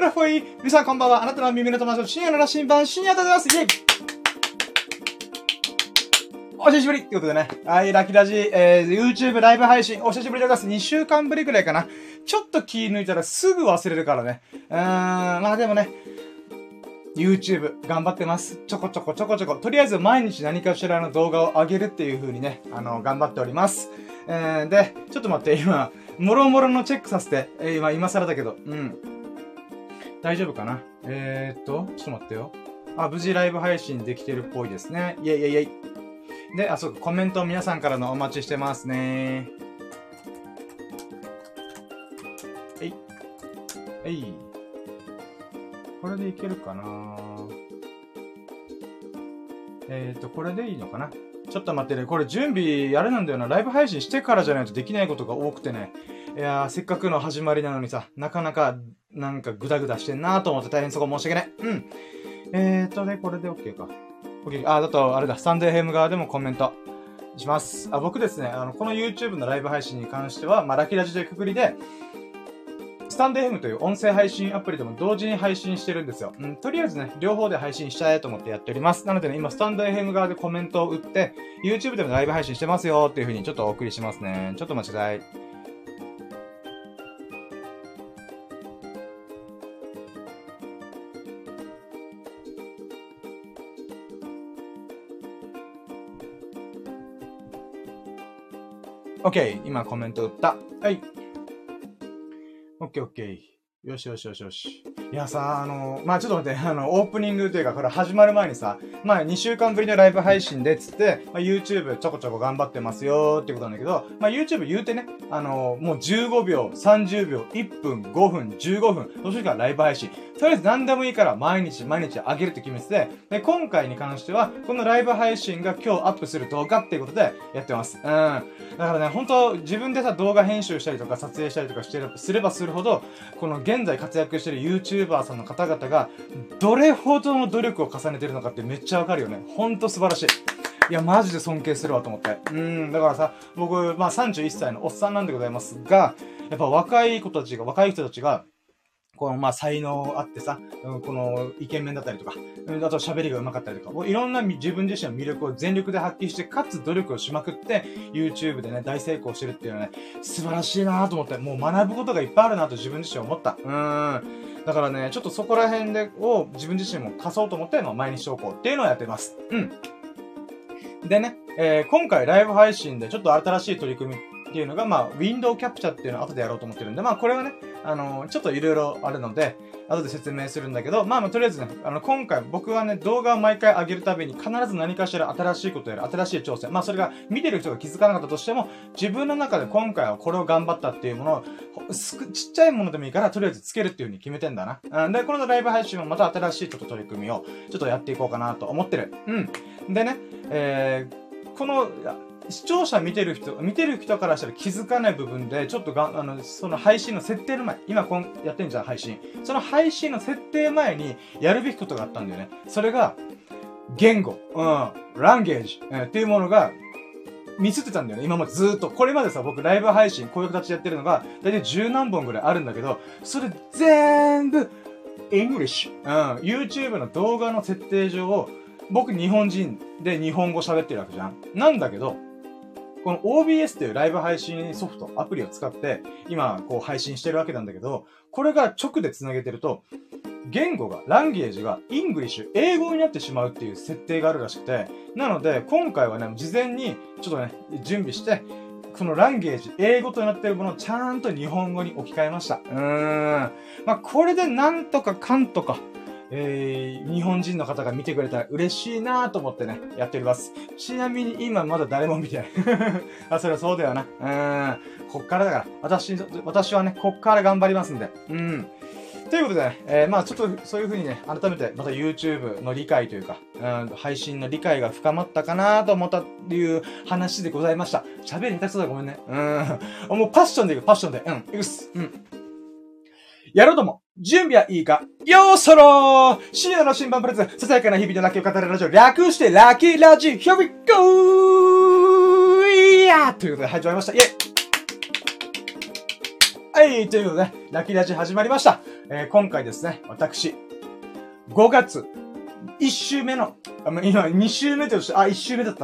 ラフォイ。皆さんこんばんは。あなたの耳の友達、深夜の羅針盤、深夜でございます。イェイ。お久しぶりってことでね。はい、ラキラジ、YouTube ライブ配信、お久しぶりでございます。2週間ぶりくらいかな。ちょっと気抜いたらすぐ忘れるからね。まあでもね、YouTube 頑張ってます。ちょこちょこ。とりあえず毎日何かしらの動画を上げるっていう風にね、頑張っております。で、ちょっと待って、今、もろもろのチェックさせて。今更だけど。大丈夫かなちょっと待ってよ。無事ライブ配信できてるっぽいですね。イェイイェイイェイ。で、そうか、コメント皆さんからのお待ちしてますね。これでいけるかなこれでいいのかなちょっと待ってね。これ準備、あれなんだよな。ライブ配信してからじゃないとできないことが多くてね。いやー、せっかくの始まりなのにさ、なかなか、なんかグダグダしてんなーと思って大変そこ申し訳ない。で、これで OK か。OK。だと、あれだ、スタンド FM 側でもコメントします。僕ですね、この YouTube のライブ配信に関しては、ラキラジというくくりで、スタンド FM という音声配信アプリでも同時に配信してるんですよ。とりあえずね、両方で配信しちゃえと思ってやっております。なのでね、今、スタンド FM 側でコメントを打って、YouTube でもライブ配信してますよっていう風にちょっとお送りしますね。ちょっと待ちください。OK。今コメント打った。はい。OK。よし。いやさ、ちょっと待って、オープニングというか、これ始まる前にさ、2週間ぶりのライブ配信で、つって、YouTube ちょこちょこ頑張ってますよーってことなんだけど、YouTube 言うてね、もう15秒、30秒、1分、5分、15分、どうするかライブ配信。とりあえず何でもいいから毎日上げるって決めてて、で、今回に関しては、このライブ配信が今日アップする動画っていうことでやってます。だからね、本当自分でさ、動画編集したりとか撮影したりとかすればするほど、この現在活躍してる YouTuber さんの方々が、どれほどの努力を重ねてるのかってめっちゃわかるよね。ほんと素晴らしい。いや、マジで尊敬するわと思って。だからさ、僕、31歳のおっさんなんでございますが、やっぱ若い人たちが、この才能あってさ、このイケメンだったりとか、あと喋りが上手かったりとか、いろんな自分自身の魅力を全力で発揮して、かつ努力をしまくって、YouTube でね、大成功してるっていうのはね、素晴らしいなと思って、もう学ぶことがいっぱいあるなと自分自身思った。だからね、ちょっとそこら辺を自分自身も貸そうと思って、毎日投稿っていうのをやってます。でね、今回ライブ配信でちょっと新しい取り組みっていうのが、ウィンドウキャプチャーっていうのを後でやろうと思ってるんで、これはね、ちょっといろいろあるので、後で説明するんだけど、とりあえずね、今回僕はね、動画を毎回上げるたびに必ず何かしら新しいことをやる、新しい挑戦。それが見てる人が気づかなかったとしても、自分の中で今回はこれを頑張ったっていうものを、ちっちゃいものでもいいから、とりあえずつけるっていう風に決めてんだな。で、このライブ配信もまた新しいちょっと取り組みを、ちょっとやっていこうかなと思ってる。でね、この、視聴者見てる人からしたら気づかない部分で、ちょっとその配信の設定の前、今やってんじゃん、配信。その配信の設定前にやるべきことがあったんだよね。それが、言語、ランゲージ、っていうものが、ミスってたんだよね。今までずーっと。これまでさ、僕ライブ配信、こういう形でやってるのが、だいたい10何本ぐらいあるんだけど、それ全部、English。YouTube の動画の設定上、僕日本人で日本語喋ってるわけじゃん。なんだけど、この OBS っていうライブ配信ソフト、アプリを使って、今、配信してるわけなんだけど、これが直で繋げてると、言語が、ランゲージが、イングリッシュ、英語になってしまうっていう設定があるらしくて、なので、今回はね、事前に、ちょっとね、準備して、このランゲージ、英語となっているものをちゃんと日本語に置き換えました。これでなんとかかんとか、日本人の方が見てくれたら嬉しいなと思ってね、やっております。ちなみに今まだ誰も見てない。それはそうだよな。こっからだから。私はね、こっから頑張りますんで。ということでね、ちょっとそういう風にね、改めてまた YouTube の理解というか、配信の理解が深まったかなと思ったっていう話でございました。喋り下手くそだごめんね。もうパッションでいく、パッションで。いくっす。やろうとも。準備はいいかよーそろー深夜の新版プレゼン、ささやかな日々のラッキーを語るラジオ、略してラッキーラジ、Here we go! いやーということで始まりました。イェイはい、ということで、ラッキーラジ始まりました。 今回ですね、私、5月、1週目の、今、2週目として、1週目だった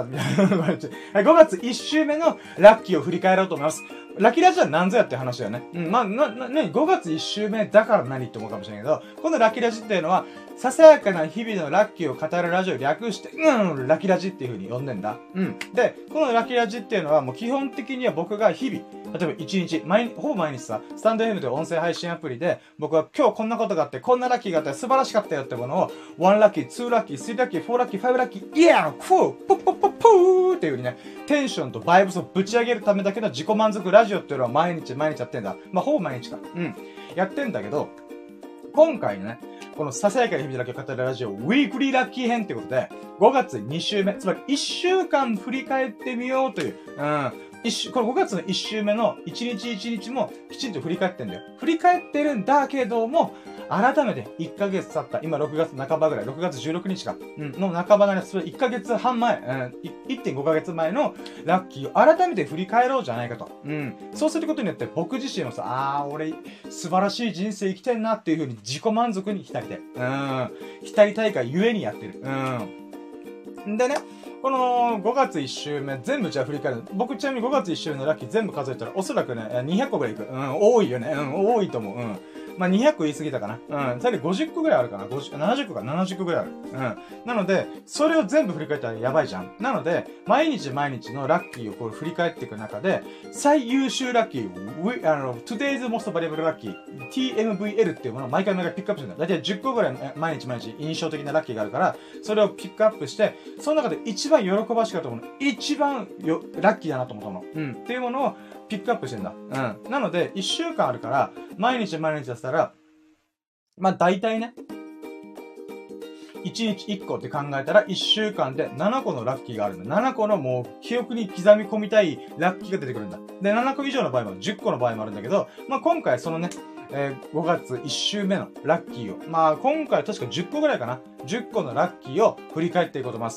。5月1週目のラッキーを振り返ろうと思います。ラッキーラジオは何ぞやって話だよね。まあ、5月1週目だから何って思うかもしれないけど、このラッキーラジっていうのは、ささやかな日々のラッキーを語るラジオを略して、ラッキーラジっていう風に呼んでんだ。で、このラッキーラジっていうのはもう基本的には僕が日々、例えば1日、ほぼ毎日さ、スタンド FM という音声配信アプリで、僕は今日こんなことがあって、こんなラッキーがあって、素晴らしかったよってものを、1ラッキー、2ラッキー、3ラッキー、4ラッキー、5ラッキー、イヤーフーポッポッポッポーっていう風にね、テンションとバイブスをぶち上げるためだけの自己満足ラジオっていうのは毎日やってんだ。まあ、ほぼ毎日か。やってんだけど、今回ね、このささやかな日々だけを語るラジオ、ウィークリーラッキー編ってことで、5月2週目、つまり1週間振り返ってみようという、これ5月の1週目の1日1日もきちんと振り返ってんだよ。振り返ってるんだけども、改めて1ヶ月経った、今6月半ばぐらい、6月16日か、の半ばなら、それ1ヶ月半前、1.5 ヶ月前のラッキーを改めて振り返ろうじゃないかと。そうすることによって僕自身もさ、俺、素晴らしい人生生きてんなっていう風に自己満足に浸りたい。浸りたいがゆえにやってる。でね、この5月1週目、全部じゃあ振り返る。僕ちなみに5月1週目のラッキー全部数えたら、おそらくね、200個ぐらいいく。多いよね。多いと思う。まあ、200個言い過ぎたかな。それ50個ぐらいあるかな。70個か、70個ぐらいある。なので、それを全部振り返ったらやばいじゃん。なので、毎日のラッキーをこう振り返っていく中で、最優秀ラッキー、Today's Most Valuable Lucky、TMVL っていうものを毎回ピックアップするんだ。だいたい10個ぐらい毎日印象的なラッキーがあるから、それをピックアップして、その中で一番喜ばしかったもの、一番ラッキーだなと思ったもの、っていうものをピックアップしてんだ。なので、1週間あるから、毎日やったら、まあ、大体ね、1日1個って考えたら、1週間で7個のラッキーがあるんだ。7個のもう、記憶に刻み込みたいラッキーが出てくるんだ。で、7個以上の場合も、10個の場合もあるんだけど、まあ、今回そのね、5月1週目のラッキーを、まあ、今回確か10個ぐらいかな。10個のラッキーを振り返っていこうと思います。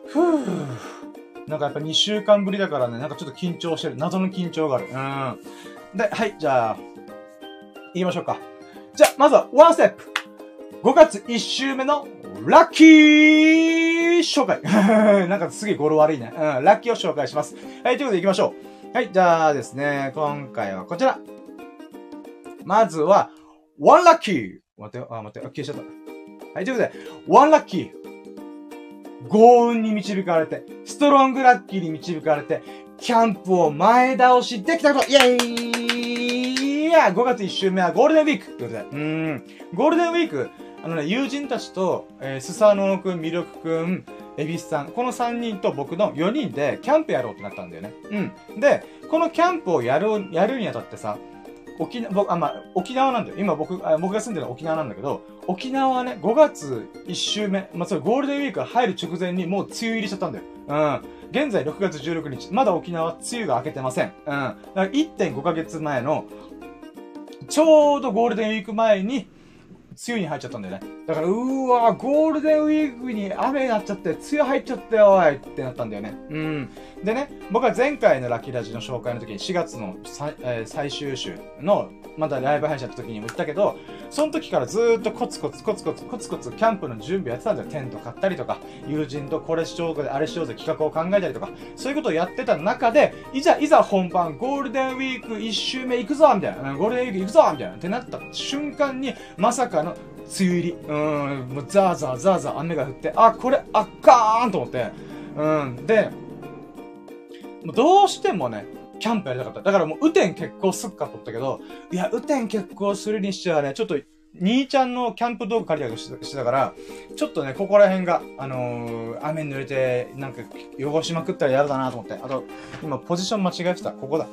なんかやっぱ2週間ぶりだからね、なんかちょっと緊張してる。謎の緊張がある。で、はい、じゃあ、言いましょうか。じゃあ、まずは、ワンステップ !5 月1週目のラッキー紹介なんかすげえ語呂悪いね。ラッキーを紹介します。はい、ということで行きましょう。はい、じゃあですね、今回はこちら。まずは、ワンラッキー待って、消えちゃった。はい、ということで、ワンラッキー幸運に導かれて、ストロングラッキーに導かれて、キャンプを前倒しできたことイェーイ5月1週目はゴールデンウィークということで。ゴールデンウィーク、友人たちと、スサノオくん、ミルクくん、エビスさん、この3人と僕の4人でキャンプやろうってなったんだよね。で、このキャンプをやるにあたってさ、沖縄なんだよ。今僕が住んでるのは沖縄なんだけど、沖縄はね、5月1週目、それゴールデンウィークが入る直前にもう梅雨入りしちゃったんだよ。現在6月16日、まだ沖縄は梅雨が明けてません。だから 1.5 ヶ月前の、ちょうどゴールデンウィーク前に、梅雨に入っちゃったんだよね。だから、ゴールデンウィークに雨になっちゃって、梅雨入っちゃったよーいってなったんだよね。でね、僕は前回のラッキーラジの紹介の時に4月の最終週の、まだライブ配信やった時にも言ったけど、その時からずーっとコツコツキャンプの準備やってたんだよ。テント買ったりとか、友人とこれしようぜ、あれしようぜ企画を考えたりとか、そういうことをやってた中で、いざ本番、ゴールデンウィーク1週目行くぞみたいな、ゴールデンウィーク行くぞみたいなってなった瞬間に、まさかの梅雨入り。もうザーザー雨が降って、これあかーんと思って、で、もうどうしてもね、キャンプやりたかった。だからもう、雨天決行すっかと思ったけど、いや、雨天決行するにしてはね、ちょっと、兄ちゃんのキャンプ道具借りたりしてたから、ちょっとね、ここら辺が、雨に濡れて、なんか、汚しまくったら嫌だなと思って。あと、今、ポジション間違えてた。ここだ。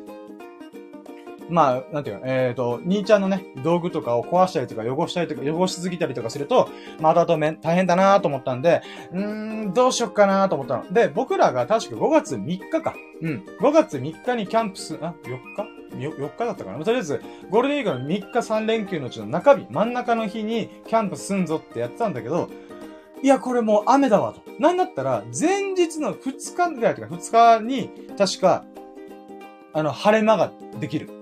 まあ、なんていうか、兄ちゃんのね、道具とかを壊したりとか、汚しすぎたりとかすると、まあ、後々大変だなと思ったんで、どうしよっかなと思ったの。で、僕らが確か5月3日か。5月3日にキャンプ4日だったかな。とりあえず、ゴールデンウィークの3日3連休のうちの中日、真ん中の日にキャンプすんぞってやってたんだけど、いや、これもう雨だわと。なんだったら、前日の2日ぐらいとか2日に、確か、晴れ間ができる。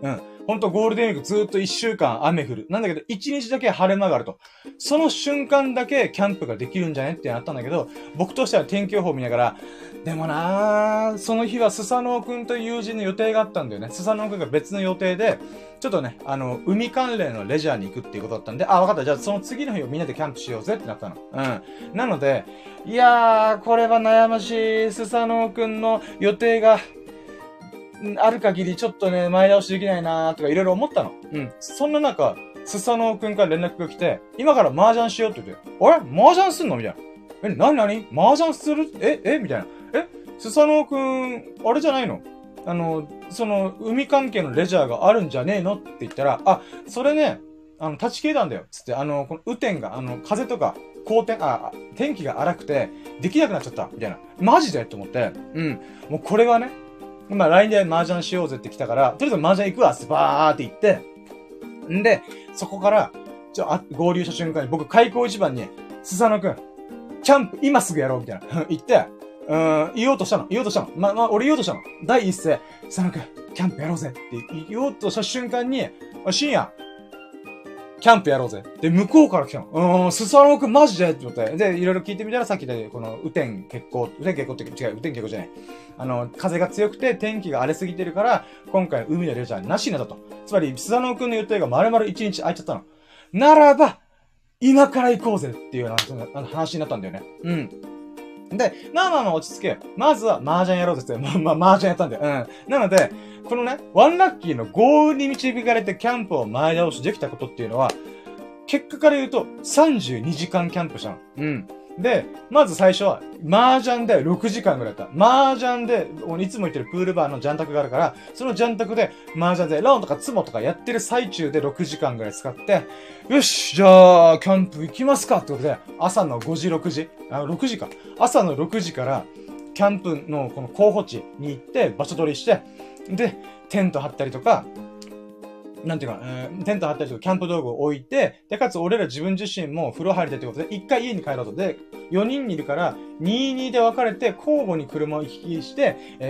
ほんとゴールデンウィークずーっと1週間雨降る。なんだけど、1日だけ晴れ間があると。その瞬間だけキャンプができるんじゃねってなったんだけど、僕としては天気予報見ながら、でもなー、その日はスサノオくんという友人の予定があったんだよね。スサノオくんが別の予定で、ちょっとね、海関連のレジャーに行くっていうことだったんで、あ、わかった。じゃあその次の日をみんなでキャンプしようぜってなったの。うん。なので、いやー、これは悩ましい。スサノオくんの予定が、ある限りちょっとね、前倒しできないなーとかいろいろ思ったの。うん。そんな中、スサノオくんから連絡が来て、今から麻雀しようって言って、あれ麻雀すんのみたいな。なに麻雀するみたいな。スサノオくん、あれじゃないの海関係のレジャーがあるんじゃねえのって言ったら、あ、それね、立ち消えたんだよ。つって、この雨天が、風とか、天気が荒くて、できなくなっちゃった。みたいな。マジでって思って、うん。もうこれはね、今 LINE で麻雀しようぜって来たから、とりあえず麻雀行くわってバーって言って、んで、そこから、合流した瞬間に僕開口一番に、スサノくん、キャンプ今すぐやろうみたいな。言って、言おうとしたの。俺言おうとしたの。第一声、スサノくん、キャンプやろうぜって言おうとした瞬間に、深夜、キャンプやろうぜ。で、向こうから来たの。スサノくんマジでって言って。で、いろいろ聞いてみたらさっきで、この雨天欠航って違う、雨天欠航じゃない。風が強くて天気が荒れすぎてるから、今回海のレジャーなしになったと。つまり、スサノくんの予定が丸々1日空いちゃったの。ならば、今から行こうぜっていう話になったんだよね。うん。で、まあ落ち着けよ。まずは麻雀やろうぜって。麻雀やったんだよ。うん。なので、このね、ワンラッキーの豪運に導かれてキャンプを前倒しできたことっていうのは、結果から言うと32時間キャンプしたの。うん。で、まず最初は、麻雀で6時間ぐらいだった。麻雀で、いつも行ってるプールバーのジャンタクがあるから、そのジャンタクで麻雀でローンとかツモとかやってる最中で6時間ぐらい使って、よし、じゃあ、キャンプ行きますかってことで、朝の5時、6時、6時か。朝の6時から、キャンプのこの候補地に行って、場所取りして、で、テント張ったりとか、なんていうか、テント張ったりとか、キャンプ道具を置いて、で、かつ俺ら自分自身も風呂入りたいということで、一回家に帰ろうと。で、4人いるから、2-2で分かれて、交互に車を行き来して、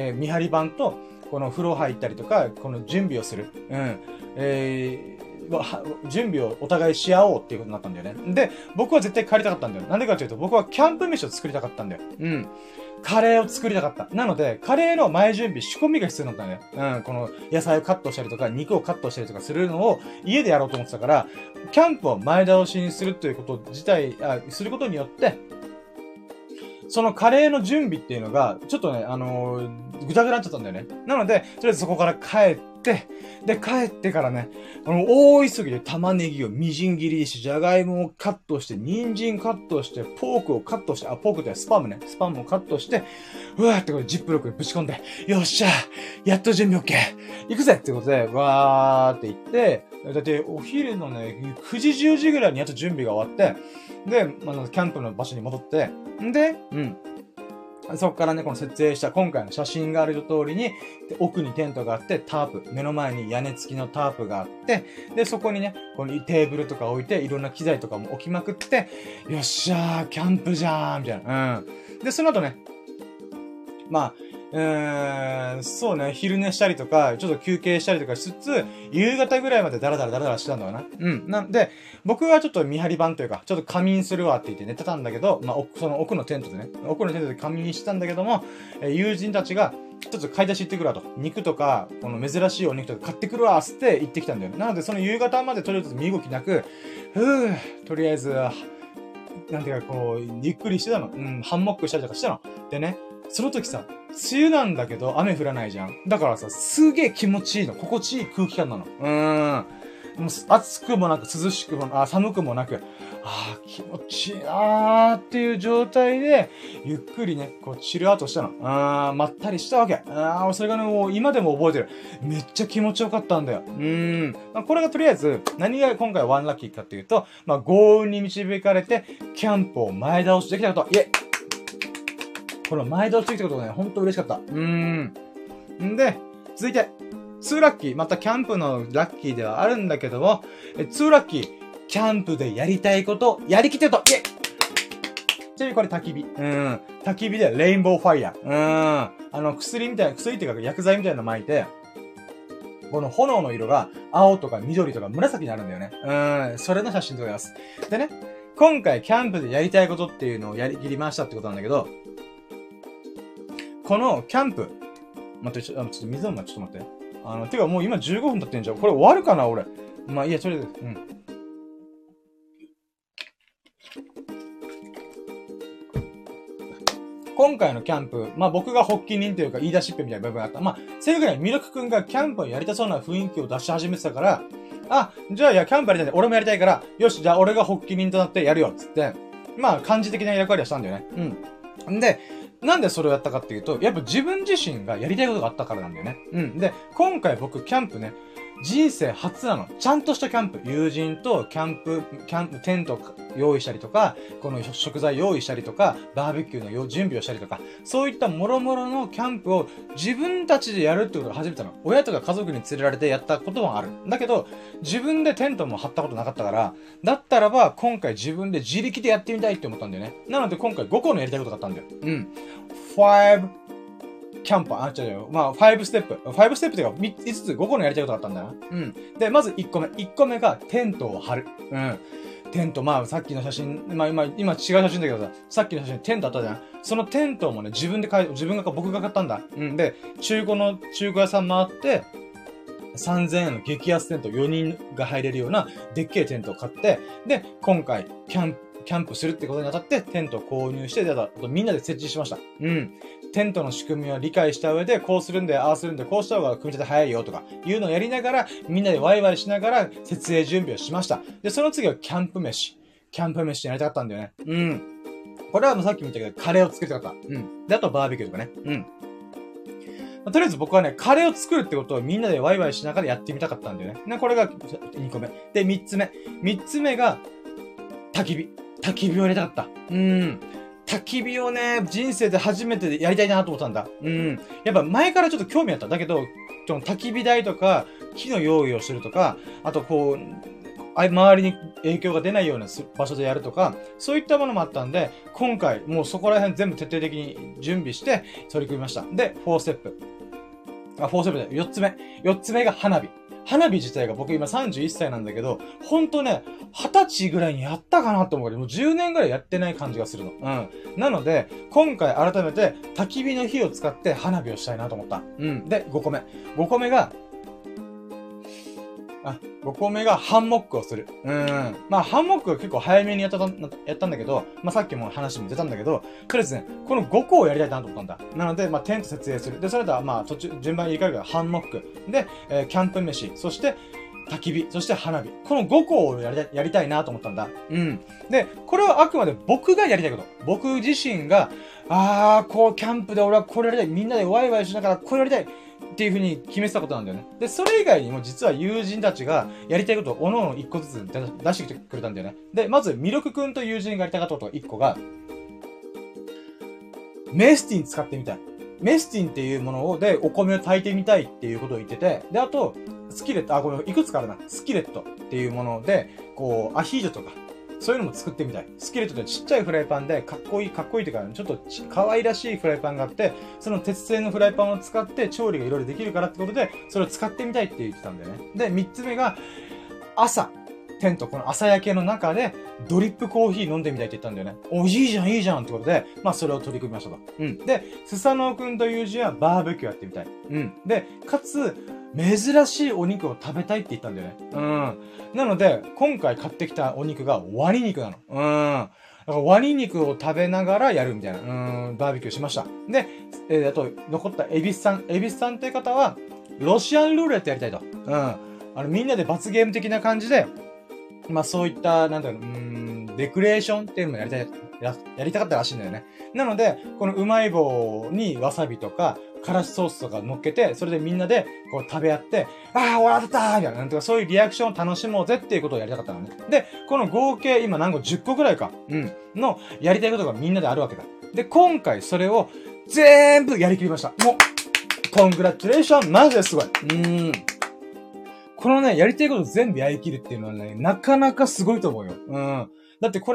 見張り番と、この風呂入ったりとか、この準備をする。準備をお互いし合おうっていうことになったんだよね。で、僕は絶対帰りたかったんだよ。なんでかというと、僕はキャンプ飯を作りたかったんだよ。うん。カレーを作りたかった。なので、カレーの前準備、仕込みが必要だったんだよ。うん、この野菜をカットしたりとか、肉をカットしたりとかするのを家でやろうと思ってたから、キャンプを前倒しにするということ自体、することによって、そのカレーの準備っていうのが、ちょっとね、ぐたぐたになっちゃったんだよね。なので、とりあえずそこから帰って、で、帰ってからね、大急ぎで玉ねぎをみじん切りにして、じゃがいもをカットして、人参カットして、ポークをカットして、ポークってスパムね。スパムをカットして、うわーってこれジップロックにぶち込んで、よっしゃやっと準備 OK! 行くぜってことで、わーって言って、だってお昼のね、9時10時ぐらいにやっと準備が終わって、で、キャンプの場所に戻って、んで、そこからね、この設営した今回の写真がある通りに、奥にテントがあって、タープ、目の前に屋根付きのタープがあって、で、そこにね、このテーブルとか置いて、いろんな機材とかも置きまくって、よっしゃー、キャンプじゃーんみたいな。で、その後ね、そうね、昼寝したりとか、ちょっと休憩したりとかしつつ、夕方ぐらいまでダラダラしてたんだよな。なんで、僕はちょっと見張り番というか、ちょっと仮眠するわって言って寝てたんだけど、その奥のテントで仮眠してたんだけども、友人たちが、ちょっと買い出し行ってくるわと。肉とか、この珍しいお肉とか買ってくるわつって行ってきたんだよね。なので、その夕方までとりあえず身動きなく、とりあえず、なんていうか、こう、ゆっくりしてたの。ハンモックしたりとかしたの。でね、その時さ、梅雨なんだけど雨降らないじゃん。だからさ、すげえ気持ちいいの。心地いい空気感なの。もう暑くもなく、涼しくも、寒くもなく、気持ちいいなーっていう状態で、ゆっくりね、こう、チルアウトしたの。まったりしたわけ。それがね、もう今でも覚えてる。めっちゃ気持ちよかったんだよ。これがとりあえず、何が今回ワンラッキーかっていうと、豪運に導かれて、キャンプを前倒しできたこと。イェイ！この前倒しできたことがね、ほんと嬉しかった。んで、続いて、2ラッキー。またキャンプのラッキーではあるんだけども、2ラッキー。キャンプでやりたいこと、やりきってると、イェイ！ちなみにこれ焚き火。焚き火でレインボーファイヤー。薬っていうか薬剤みたいなの巻いて、 この炎の色が青とか緑とか紫になるんだよね。それの写真でございます。でね、今回キャンプでやりたいことっていうのをやりきりましたってことなんだけど、このキャンプ、待って、ちょっと水飲むわ、ちょっと待って。てかもう今15分経ってんじゃん。これ終わるかな俺。まあいいや、とりあえず。今回のキャンプ、まあ僕が発起人というか言い出しっぺみたいな部分があった。まあ、それぐらいミルクくんがキャンプをやりたそうな雰囲気を出し始めてたから、じゃあいや、キャンプやりたいんで、俺もやりたいから、よし、じゃあ俺が発起人となってやるよ、つって、まあ、漢字的な役割をしたんだよね。で、なんでそれをやったかっていうと、やっぱ自分自身がやりたいことがあったからなんだよね。で、今回僕キャンプね、人生初なの。ちゃんとしたキャンプ。友人とキャンプ、テント用意したりとか、この食材用意したりとか、バーベキューの準備をしたりとか、そういった諸々のキャンプを自分たちでやるってことが初めてなの。親とか家族に連れられてやったこともある。だけど、自分でテントも張ったことなかったから、だったらば、今回自分で自力でやってみたいって思ったんだよね。なので今回5個のやりたいことがあったんだよ。5キャンパー、違うよ。まあ、5ステップ。5ステップっていうか、5つ、5個のやりたいことがあったんだな。で、まず1個目。1個目がテントを張る。テント、まあ、さっきの写真、まあ、今違う写真だけどさ、さっきの写真テントあったじゃん。そのテントもね、僕が買ったんだ。で、中古屋さん回って、3000円の激安テント、4人が入れるような、でっけえテントを買って、で、今回、キャンプするってことにあたって、テントを購入して、みんなで設置しました。テントの仕組みを理解した上で、こうするんで、ああするんで、こうした方が組み立て早いよとか、いうのをやりながら、みんなでワイワイしながら、設営準備をしました。で、その次はキャンプ飯。キャンプ飯やりたかったんだよね。これはもうさっきも言ったけど、カレーを作りたかった。で、あとバーベキューとかね。とりあえず僕はね、カレーを作るってことをみんなでワイワイしながらやってみたかったんだよね。これが2個目。で、3つ目。3つ目が、焚き火。焚き火をやりたかった。焚き火をね、人生で初めてやりたいなと思ったんだ。やっぱ前からちょっと興味あった。だけど、焚き火台とか、火の用意をするとか、あとこう、周りに影響が出ないような場所でやるとか、そういったものもあったんで、今回、もうそこら辺全部徹底的に準備して取り組みました。で、4ステップ。4ステップで4つ目。4つ目が花火。花火自体が僕今31歳なんだけど、ほんとね、20歳ぐらいにやったかなと思うけど、もう10年ぐらいやってない感じがするの。なので、今回改めて焚き火の火を使って花火をしたいなと思った。で、5個目。5個目がハンモックをする。まあ、ハンモックは結構早めにやったんだけど、まあ、さっきも話も出たんだけど、とりあえずね、この5個をやりたいなと思ったんだ。なので、まあ、テント設営する。で、それとは、まあ、順番に入れ替えるから、ハンモック。で、キャンプ飯。そして、焚き火。そして、花火。この5個をやりたいなと思ったんだ。で、これはあくまで僕がやりたいこと。僕自身が、こう、キャンプで俺はこれやりたい。みんなでワイワイしながらこれやりたい。っていう風に決めてたことなんだよね。で、それ以外にも実は友人たちがやりたいことを各々1個ずつ出してきてくれたんだよね。で、まず、ミルクくんと友人がやりたかったことが1個が、メスティン使ってみたい。メスティンっていうものでお米を炊いてみたいっていうことを言ってて、で、あと、スキレット、これいくつかあるな。スキレットっていうもので、こう、アヒージョとか、そういうのも作ってみたい。スキレットでちっちゃいフライパンで、かっこいいというか、ちょっと可愛らしいフライパンがあって、その鉄製のフライパンを使って調理がいろいろできるからってことで、それを使ってみたいって言ってたんだよね。で、3つ目が、テント、この朝焼けの中で、ドリップコーヒー飲んでみたいって言ったんだよね。いいじゃんってことで、まあそれを取り組みましたと。で、スサノオくんと友人はバーベキューやってみたい。で、かつ、珍しいお肉を食べたいって言ったんだよね。なので、今回買ってきたお肉がワニ肉なの。だからワニ肉を食べながらやるみたいな、バーベキューしました。で、あと、残ったエビスさん。エビスさんっていう方は、ロシアンルーレットやりたいと。みんなで罰ゲーム的な感じで、まあそういった、なんだろう、レクレーションっていうのもやりたかったらしいんだよね。なので、このうまい棒にわさびとか、からしソースとか乗っけて、それでみんなでこう食べ合って、終わったーみたいな、なんとかそういうリアクションを楽しもうぜっていうことをやりたかったのね。で、この合計今何個 ?10 個ぐらいか。のやりたいことがみんなであるわけだ。で、今回それを全部やりきりました。もう、コングラチュレーションマジですごい。このね、やりたいこと全部やりきるっていうのはね、なかなかすごいと思うよ。だってこれ、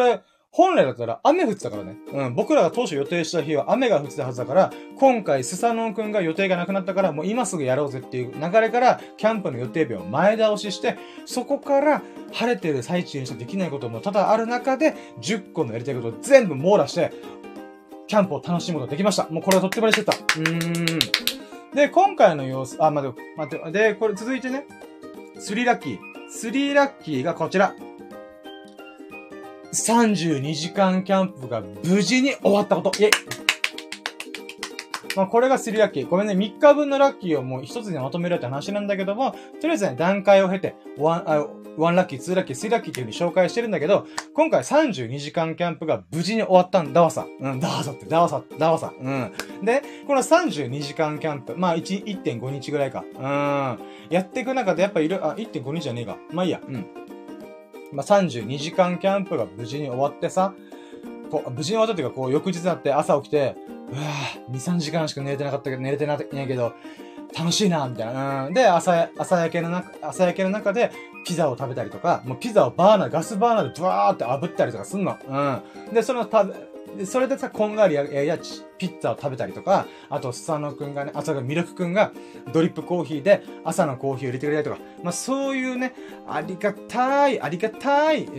本来だったら雨降ってたからね。僕らが当初予定した日は雨が降ってたはずだから、今回スサノオくんが予定がなくなったから、もう今すぐやろうぜっていう流れから、キャンプの予定日を前倒しして、そこから晴れてる最中にしかできないことも多々ある中で、10個のやりたいことを全部網羅して、キャンプを楽しむことができました。もうこれはとっても嬉しかった。で、今回の様子、待って。で、これ続いてね、3ラッキー。3ラッキーがこちら。32時間キャンプが無事に終わったこと。イェイ。これが3ラッキー。ごめんね、3日分のラッキーをもう一つにまとめるって話なんだけども、とりあえずね、段階を経て、1ラッキー、2ラッキー、3ラッキーっていう風に紹介してるんだけど、今回32時間キャンプが無事に終わったんだわさ。だわさ。で、この32時間キャンプ、1.5 日ぐらいか。やっていく中でやっぱ1.5 日じゃねえか。まあいいや。32時間キャンプが無事に終わってさ、無事に終わったっていうか、翌日になって朝起きて、2、3時間しか寝れてないけど、楽しいな、みたいな。で、朝焼けの中で、ピザを食べたりとか、もうピザをガスバーナーでブワーって炙ったりとかすんの。で、それでさ、こんがりピッツァを食べたりとか、あと、スサノくんがね、ミルクくんが、ドリップコーヒーで、朝のコーヒーを入れてくれたりとか、そういうね、ありがたい、ありがたいと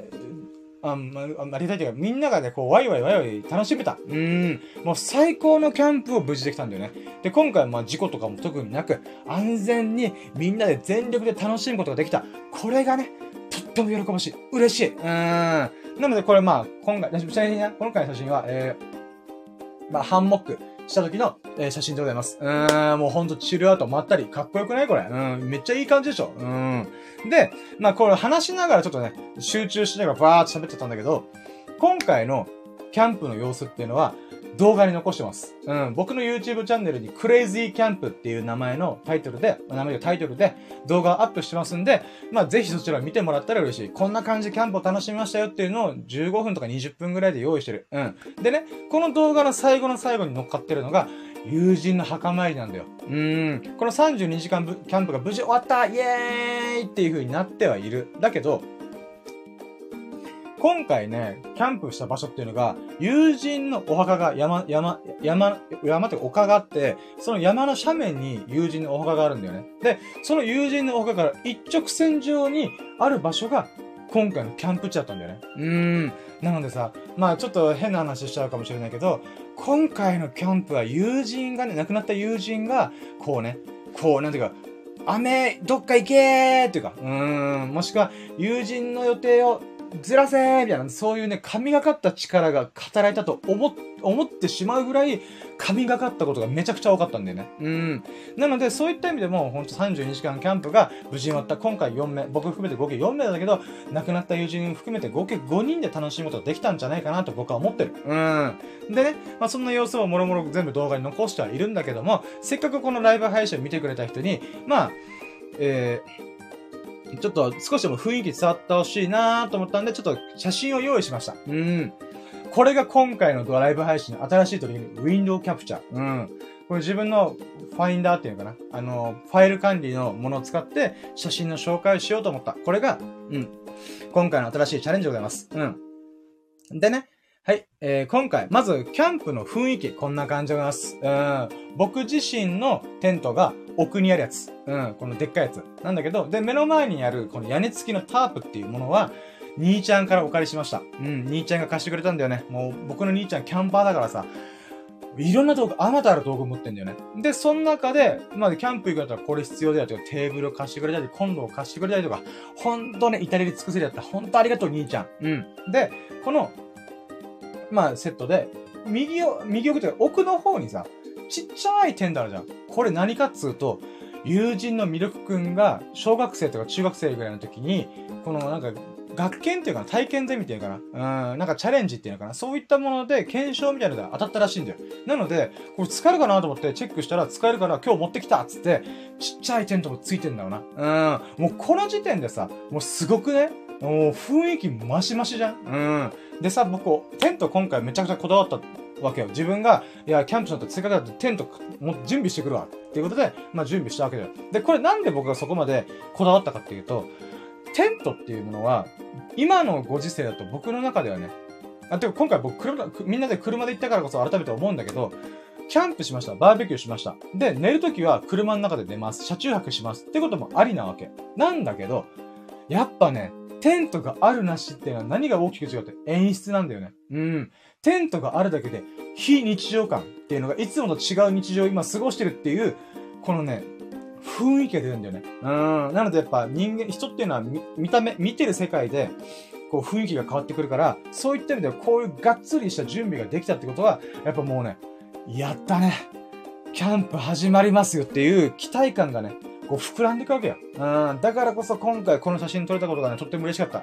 いうか、みんながね、ワイワイ楽しめた。もう最高のキャンプを無事できたんだよね。で、今回は事故とかも特になく、安全にみんなで全力で楽しむことができた。これがね、とっても喜ばしい。嬉しい。なので、これ今回の写真は、ハンモックした時の、写真でございます。もうほんとチルアウトまったり、かっこよくないこれ。めっちゃいい感じでしょ。で、これ話しながらちょっとね、集中しながらバーっと喋ってたんだけど、今回のキャンプの様子っていうのは、動画に残してます。僕の YouTube チャンネルに Crazy Camp っていう名前のタイトルで動画をアップしてますんで、ぜひそちらを見てもらったら嬉しい。こんな感じでキャンプを楽しみましたよっていうのを15分とか20分ぐらいで用意してる。でね、この動画の最後の最後に乗っかってるのが、友人の墓参りなんだよ。この32時間キャンプが無事終わったイエーイっていう風になってはいる。だけど、今回ね、キャンプした場所っていうのが、友人のお墓が山っていう丘があって、その山の斜面に友人のお墓があるんだよね。で、その友人のお墓から一直線上にある場所が、今回のキャンプ地だったんだよね。なのでさ、ちょっと変な話しちゃうかもしれないけど、今回のキャンプは亡くなった友人が、なんていうか、どっか行けーっていうか、もしくは、友人の予定をずらせーみたいな、そういうね、神がかった力が働いたと思ってしまうぐらい、神がかったことがめちゃくちゃ多かったんだよね。なので、そういった意味でも、ほんと32時間キャンプが無事に終わった。今回4名、僕含めて合計4名だけど、亡くなった友人含めて合計5人で楽しむことができたんじゃないかなと僕は思ってる。でね、そんな様子をもろもろ全部動画に残してはいるんだけども、せっかくこのライブ配信を見てくれた人に、ちょっと少しでも雰囲気伝わってほしいなーと思ったんで、ちょっと写真を用意しました。これが今回のドライブ配信の新しい取り組み、ウィンドウキャプチャー。これ自分のファインダーっていうのかな。ファイル管理のものを使って写真の紹介をしようと思った。これが、今回の新しいチャレンジでございます。でね、はい、今回、まず、キャンプの雰囲気、こんな感じでございます。僕自身のテントが奥にあるやつ。このでっかいやつ。なんだけど、で、目の前にある、この屋根付きのタープっていうものは、兄ちゃんからお借りしました。兄ちゃんが貸してくれたんだよね。もう、僕の兄ちゃんキャンパーだからさ、いろんな道具、あまたある道具を持ってんだよね。で、その中で、キャンプ行くんだったらこれ必要だよとか、テーブルを貸してくれたり、コンロを貸してくれたりとか、ほんとね、至れり尽くせりだった。ほんとありがとう、兄ちゃん。で、この、セットで、右奥というか奥の方にさ、ちっちゃいテントあるじゃん。これ何かっつうと、友人のミルクくんが小学生とか中学生ぐらいの時に、この学研っていうかな、体験ゼミっていうかな、チャレンジっていうのかな、そういったもので検証みたいなのが当たったらしいんだよ。なので、これ使えるかなと思ってチェックしたら使えるから今日持ってきたっつって、ちっちゃいテントもついてんだよな。もうこの時点でさ、もうすごくね、もう雰囲気マシマシじゃん。でさ、僕、テント今回めちゃくちゃこだわったわけよ。自分が、いや、キャンプしようとせっかくだってテントも準備してくるわ。っていうことで、準備したわけだよ。で、これなんで僕がそこまでこだわったかっていうと、テントっていうものは、今のご時世だと僕の中ではね、 てか今回僕みんなで車で行ったからこそ改めて思うんだけど、キャンプしました。バーベキューしました。で、寝るときは車の中で寝ます。車中泊します。ってこともありなわけ。なんだけど、やっぱね、テントがあるなしっていうのは何が大きく違うって演出なんだよね。テントがあるだけで非日常感っていうのがいつもと違う日常を今過ごしてるっていう、このね、雰囲気が出るんだよね。なのでやっぱ人っていうのは見てる世界で、こう雰囲気が変わってくるから、そういった意味ではこういうがっつりした準備ができたってことは、やっぱもうね、やったね。キャンプ始まりますよっていう期待感がね、こう膨らんでいくわけよ。だからこそ今回この写真撮れたことがね、とっても嬉しかった。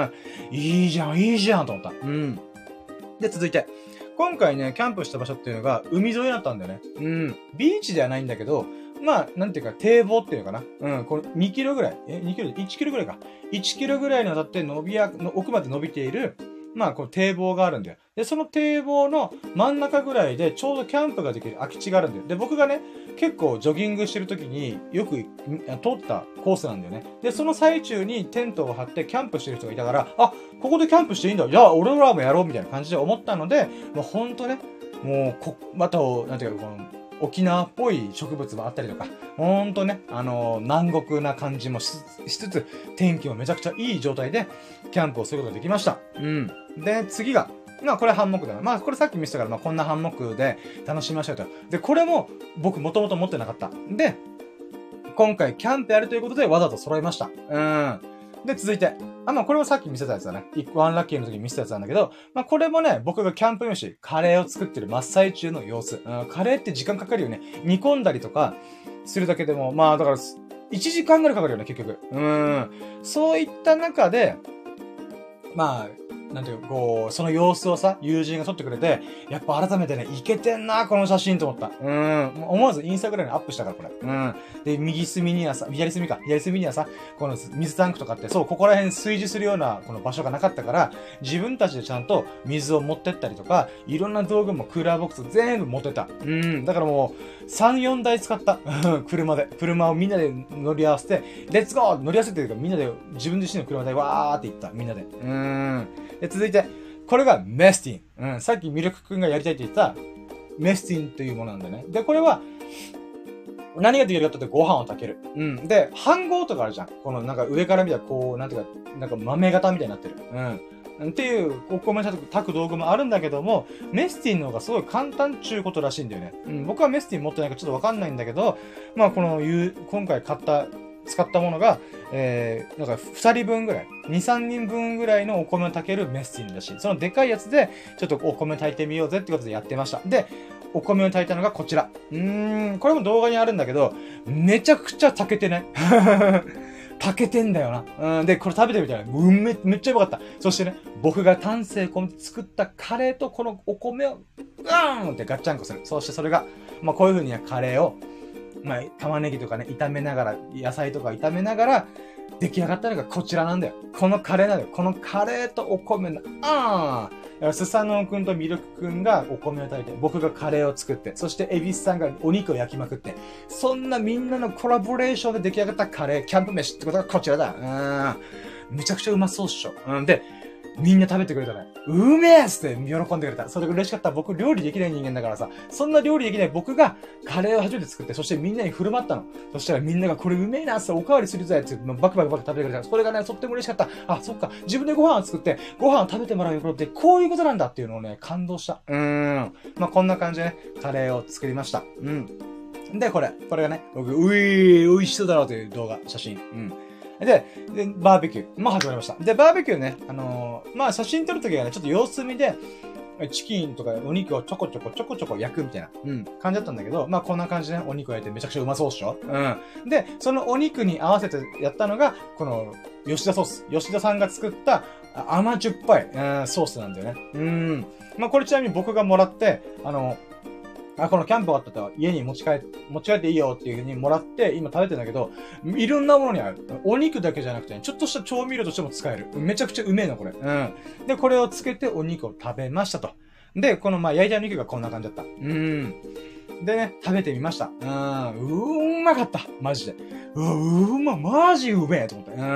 いいじゃんと思った。で、続いて。今回ね、キャンプした場所っていうのが海沿いだったんだよね。ビーチではないんだけど、まあ、なんていうか、堤防っていうのかな。これ2キロぐらい。2キロ ?1 キロぐらいか。1キロぐらいにわたって奥まで伸びている、まあ、この堤防があるんだよ。で、その堤防の真ん中ぐらいでちょうどキャンプができる空き地があるんだよ。で、僕がね、結構ジョギングしてる時によく通ったコースなんだよね。で、その最中にテントを張ってキャンプしてる人がいたから、あ、ここでキャンプしていいんだ。じゃあ、俺らもやろうみたいな感じで思ったので、もうほんとね、もうまた、なんていうか、この、沖縄っぽい植物もあったりとか、ほんとね、南国な感じもしつつ、天気もめちゃくちゃいい状態で、キャンプをすることができました。で、次が、まあこれハンモックだな。まあこれさっき見せたから、まあこんなハンモックで楽しみましょうと。で、これも僕もともと持ってなかった。で、今回キャンプやるということでわざと揃えました。で、続いて。まあこれもさっき見せたやつだね。ワンラッキーの時に見せたやつなんだけど、まあこれもね、僕がキャンプ飯、カレーを作ってる真っ最中の様子。カレーって時間かかるよね。煮込んだりとかするだけでも、まあだから、1時間ぐらいかかるよね、結局。そういった中で、まあ、なんていうか、こう、その様子をさ、友人が撮ってくれて、やっぱ改めてね、イケてんな、この写真と思った。思わずインスタグラムにアップしたから、これ。で、左隅にはさ、この水タンクとかって、そう、ここら辺炊事するような、この場所がなかったから、自分たちでちゃんと水を持ってったりとか、いろんな道具もクーラーボックス全部持ってた。だからもう、3、4台使った。車で。車をみんなで乗り合わせて、レッツゴー乗り合わせてるから、みんなで自分自身の車でわーって行った。みんなで。で、続いて、これがメスティン。さっきミルクくんがやりたいって言ったメスティンというものなんだよね。で、これは、何ができるかってご飯を炊ける。で、飯盒とかあるじゃん。このなんか上から見たらこう、なんていうか、なんか豆型みたいになってる。っていう、お米炊く道具もあるんだけども、メスティンの方がすごい簡単っちゅうことらしいんだよね。僕はメスティン持ってないからちょっとわかんないんだけど、まあこの今回使ったものが、なんか2人分ぐらい、2、3人分ぐらいのお米を炊けるメスティンだし、そのでかいやつで、ちょっとお米炊いてみようぜってことでやってました。で、お米を炊いたのがこちら。これも動画にあるんだけど、めちゃくちゃ炊けてね。炊けてんだよな。で、これ食べてみたら、めっちゃ良かった。そしてね、僕が丹精込めて作ったカレーとこのお米を、ってガッチャンコする。そしてそれが、まあこういう風にカレーを、まあ、玉ねぎとかね、炒めながら、野菜とか炒めながら、出来上がったのがこちらなんだよ。このカレーなんだよ。このカレーとお米の、スサノオくんとミルクくんがお米を炊いて、僕がカレーを作って、そしてエビスさんがお肉を焼きまくって、そんなみんなのコラボレーションで出来上がったカレー、キャンプ飯ってことがこちらだ。めちゃくちゃうまそうっしょ。で、みんな食べてくれたね。うめえっつって喜んでくれた。それが嬉しかった。僕料理できない人間だからさ、そんな料理できない僕がカレーを初めて作って、そしてみんなに振る舞ったの。そしたらみんながこれうめえなっつっておかわりするぜってバクバク食べてくれた。それがね、とっても嬉しかった。あ、そっか。自分でご飯を作って、ご飯を食べてもらうことってこういうことなんだっていうのをね、感動した。まあ、こんな感じでね、カレーを作りました。で、これがね、僕、美味しそうだろうという動画、写真。で、バーベキューも始まりました。で、バーベキューね、まあ、写真撮るときはね、ちょっと様子見で、チキンとかお肉をちょこちょこ焼くみたいな、感じだったんだけど、まあ、こんな感じでね、お肉を焼いてめちゃくちゃうまそうっしょ。で、そのお肉に合わせてやったのが、この、吉田ソース。吉田さんが作った甘じょっぱい、ソースなんだよね。まあ、これちなみに僕がもらって、このキャンプ終わったら家に持ち帰っていいよっていう風にもらって、今食べてんだけど、いろんなものに合う。お肉だけじゃなくて、ね、ちょっとした調味料としても使える。めちゃくちゃうめえの、これ。で、これをつけてお肉を食べましたと。で、この、まあ、焼いたお肉がこんな感じだった。でね、食べてみました。うまかった。マジで。マジうめえと思って。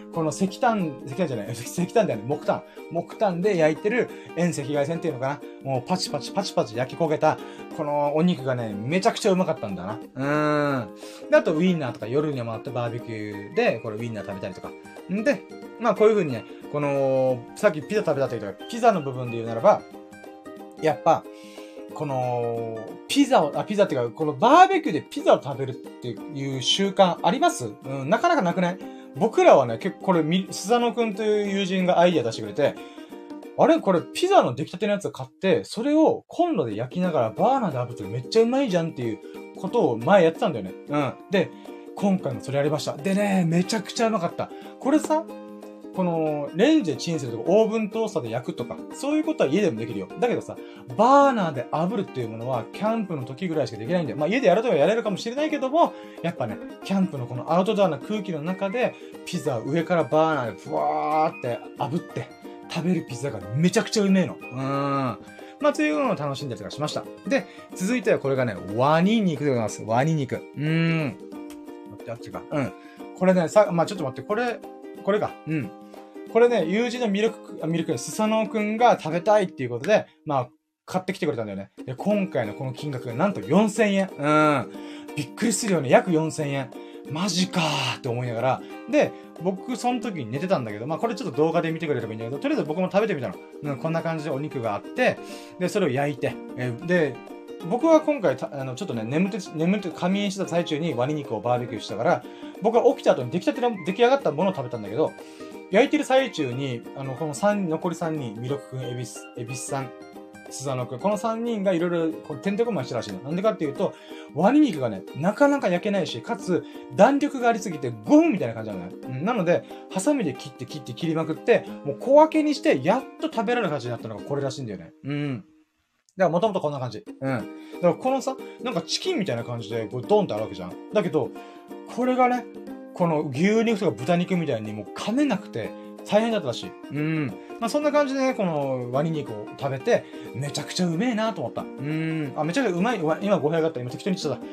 この石炭じゃない、石炭だよね、木炭で焼いてる遠赤外線っていうのかな。もうパチパチ焼き焦げた、このお肉がね、めちゃくちゃうまかったんだな。で、あとウィンナーとか夜にもあってバーベキューで、これウィンナー食べたりとか。んで、まあこういう風にね、この、さっきピザ食べた時とか、ピザの部分で言うならば、やっぱ、この、ピザっていうか、このバーベキューでピザを食べるっていう習慣あります？なかなかなくない？僕らはね、結構これ、スザノくんという友人がアイディア出してくれて、あれこれピザの出来たてのやつを買って、それをコンロで焼きながらバーナーで炙ってめっちゃうまいじゃんっていうことを前やってたんだよね。で、今回もそれやりました。でね、めちゃくちゃうまかった。これさ、この、レンジでチンするとか、オーブントースターで焼くとか、そういうことは家でもできるよ。だけどさ、バーナーで炙るっていうものは、キャンプの時ぐらいしかできないんだよ。まあ家でやるとかやれるかもしれないけども、やっぱね、キャンプのこのアウトドアな空気の中で、ピザを上からバーナーでふわーって炙って、食べるピザがめちゃくちゃうめえの。まあ、というのを楽しんだりとかしました。で、続いてはこれがね、ワニ肉でございます。ワニ肉。待って、あっちか。これね、まあちょっと待って、これか。これね、友人のミルク、スサノオくんが食べたいっていうことで、まあ、買ってきてくれたんだよね。で、今回のこの金額がなんと4000円。びっくりするよね。約4000円。マジかーって思いながら。で、僕、その時に寝てたんだけど、まあ、これちょっと動画で見てくれればいいんだけど、とりあえず僕も食べてみたの。こんな感じでお肉があって、で、それを焼いて、で、僕は今回ちょっとね、眠って仮眠してた最中にワニ肉をバーベキューしたから、僕は起きた後に出来上がったものを食べたんだけど、焼いてる最中に、この残り3人、ミロクくん、エビスさん、スザノくん、この3人がいろいろ、てんてこまいしたらしいの。なんでかっていうと、ワニ肉がね、なかなか焼けないし、かつ、弾力がありすぎて、ゴムみたいな感じなのね。なので、ハサミで切りまくって、もう小分けにして、やっと食べられる形になったのがこれらしいんだよね。だからもともとこんな感じ。だからこのさ、なんかチキンみたいな感じで、これドンってあるわけじゃん。だけど、これがね、この牛肉とか豚肉みたいにもう噛めなくて大変だったらしい。まあそんな感じでね、このワニ肉を食べて、めちゃくちゃうめえなと思った。めちゃくちゃうまい。今語弊があった。今適当に言っちゃった。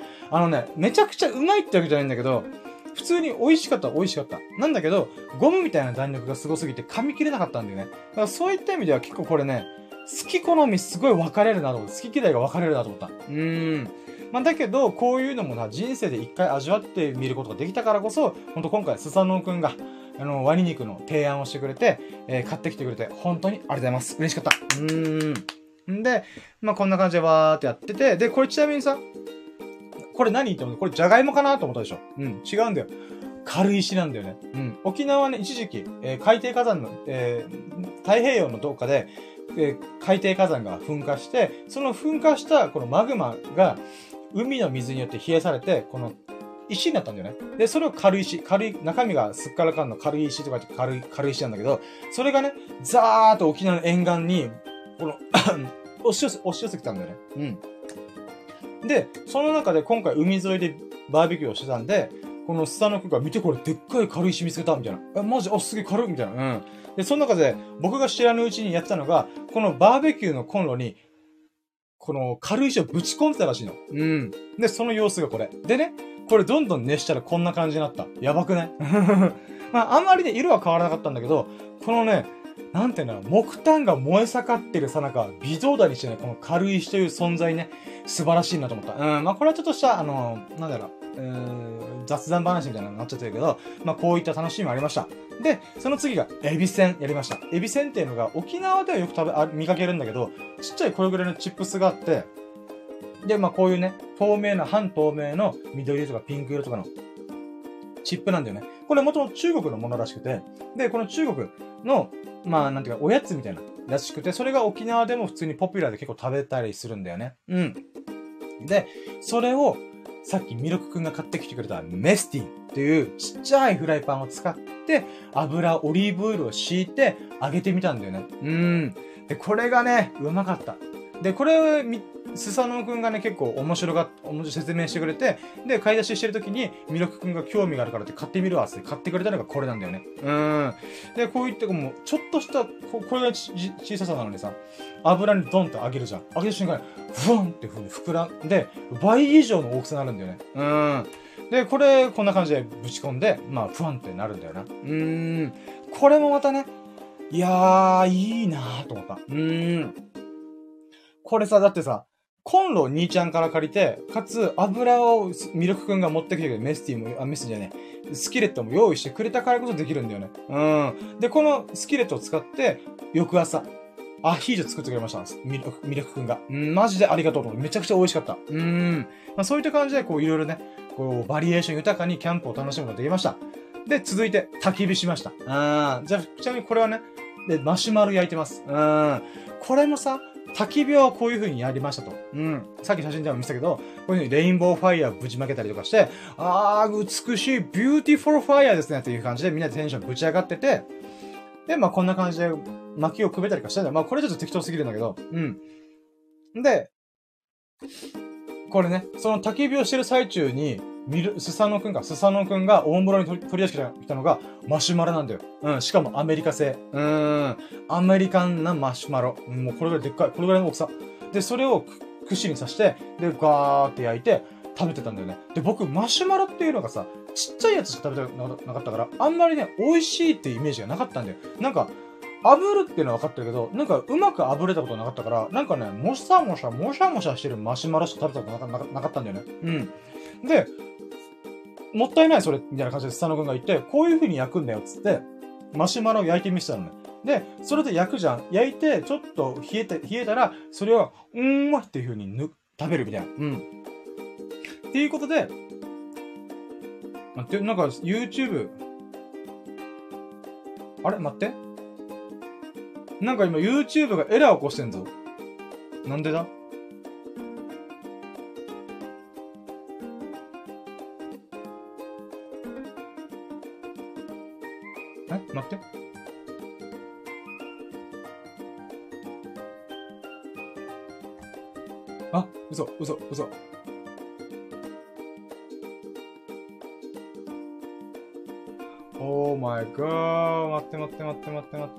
めちゃくちゃうまいってわけじゃないんだけど、普通に美味しかった。なんだけど、ゴムみたいな弾力がすごすぎて噛み切れなかったんだよね。だからそういった意味では結構これね、好き好みすごい分かれるなと思った。好き嫌いが分かれるなと思った。まあ、だけど、こういうのもな、人生で一回味わってみることができたからこそ、ほんと今回、スサノオくんが、ワニ肉の提案をしてくれて、買ってきてくれて、本当にありがとうございます。嬉しかった。んで、まあ、こんな感じでわーってやってて、で、これちなみにさ、これ何って思う？これジャガイモかなと思ったでしょ？違うんだよ。軽石なんだよね。沖縄ね、一時期、海底火山の、太平洋のどっかで、海底火山が噴火して、その噴火したこのマグマが、海の水によって冷やされて、この石になったんだよね。で、それを軽い、中身がすっからかんの軽い石とかって軽い石なんだけど、それがね、ザーっと沖縄の沿岸に、この押し寄せてきたんだよね。で、その中で今回海沿いでバーベキューをしてたんで、このスタノクが見てこれでっかい軽い石見つけたみたいな。マジ、すげえ軽いみたいな。で、その中で僕が知らぬうちにやってたのが、このバーベキューのコンロに、この軽い石をぶち込んでたらしいの。で、その様子がこれ。でね、これどんどん熱したらこんな感じになった。やばくない？まあ、あんまりね、色は変わらなかったんだけど、このね、なんていうの、木炭が燃え盛ってるさなか、微動だにしてね、この軽石という存在ね、素晴らしいなと思った。まあ、これはちょっとした、なんだろう、雑談話みたいなのになっちゃってるけど、まあ、こういった楽しみもありました。で、その次が、エビせんやりました。エビせんっていうのが、沖縄ではよく見かけるんだけど、ちっちゃいこれぐらいのチップスがあって、で、まあ、こういうね、半透明の緑色とかピンク色とかのチップなんだよね。これ元々中国のものらしくて、で、この中国の、まあ、なんていうか、おやつみたいならしくて、それが沖縄でも普通にポピュラーで結構食べたりするんだよね。で、それを、さっきミルクくんが買ってきてくれたメスティンっていうちっちゃいフライパンを使って、オリーブオイルを敷いて揚げてみたんだよね。で、これがね、うまかった。で、これ、スサノオくんがね、結構説明してくれて、で、買い出ししてる時に、ミルクくんが興味があるからって買ってみるわって買ってくれたのがこれなんだよね。で、こういったもう、ちょっとした、これが小ささなのにさ、油にドンと揚げるじゃん。揚げた瞬間に、ふわんって風に膨らんで、倍以上の大きさになるんだよね。 で、これ、こんな感じでぶち込んで、まあ、不安定になるんだよな。これもまたね、いやー、いいなーと思った。これさ、だってさ、コンロを兄ちゃんから借りて、かつ、油をミルクくんが持ってきてくれるメスティも、メスじゃねえ。スキレットも用意してくれたからこそできるんだよね。で、このスキレットを使って、翌朝、アヒージョ作ってくれました。ミルクくんが。マジでありがとうと思って、めちゃくちゃ美味しかった。まあ、そういった感じで、こう、いろいろね、こう、バリエーション豊かにキャンプを楽しむことができました。で、続いて、焚き火しました。じゃあ、ちなみにこれはね、で、マシュマロ焼いてます。これもさ、焚き火はこういう風にやりましたと。さっき写真でも見せたけど、こういう風にレインボーファイヤーぶちまけたりとかして、美しい、ビューティフォルファイヤーですね、っていう感じでみんなでテンションぶち上がってて、で、まあこんな感じで薪をくべたりとかしてんだよ。まあこれちょっと適当すぎるんだけど、で、これね、その焚き火をしてる最中に、スサノくんが大室に取り出してきたのがマシュマロなんだよ。しかもアメリカ製。アメリカンなマシュマロ。もうこれぐらいでっかい。これぐらいの大きさ。で、それを串に刺して、で、ガーって焼いて食べてたんだよね。で、僕、マシュマロっていうのがさ、ちっちゃいやつしか食べたなかったから、あんまりね、美味しいっていうイメージがなかったんだよ。なんか、炙るっていうのは分かってるけど、なんかうまく炙れたことなかったから、なんかね、もしゃもしゃしてるマシュマロしか食べたことなかったんだよね。で、もったいないそれ、みたいな感じでスタノ君が言って、こういう風に焼くんだよ、つって、マシュマロを焼いてみせたのね。で、それで焼くじゃん。焼いて、ちょっと冷えたら、それを、っていう風に食べるみたいな。っていうことで、待って、なんか YouTube、あれ待って。なんか今 YouTube がエラー起こしてんぞ。なんでだ？待って。嘘。Oh my god. 待って。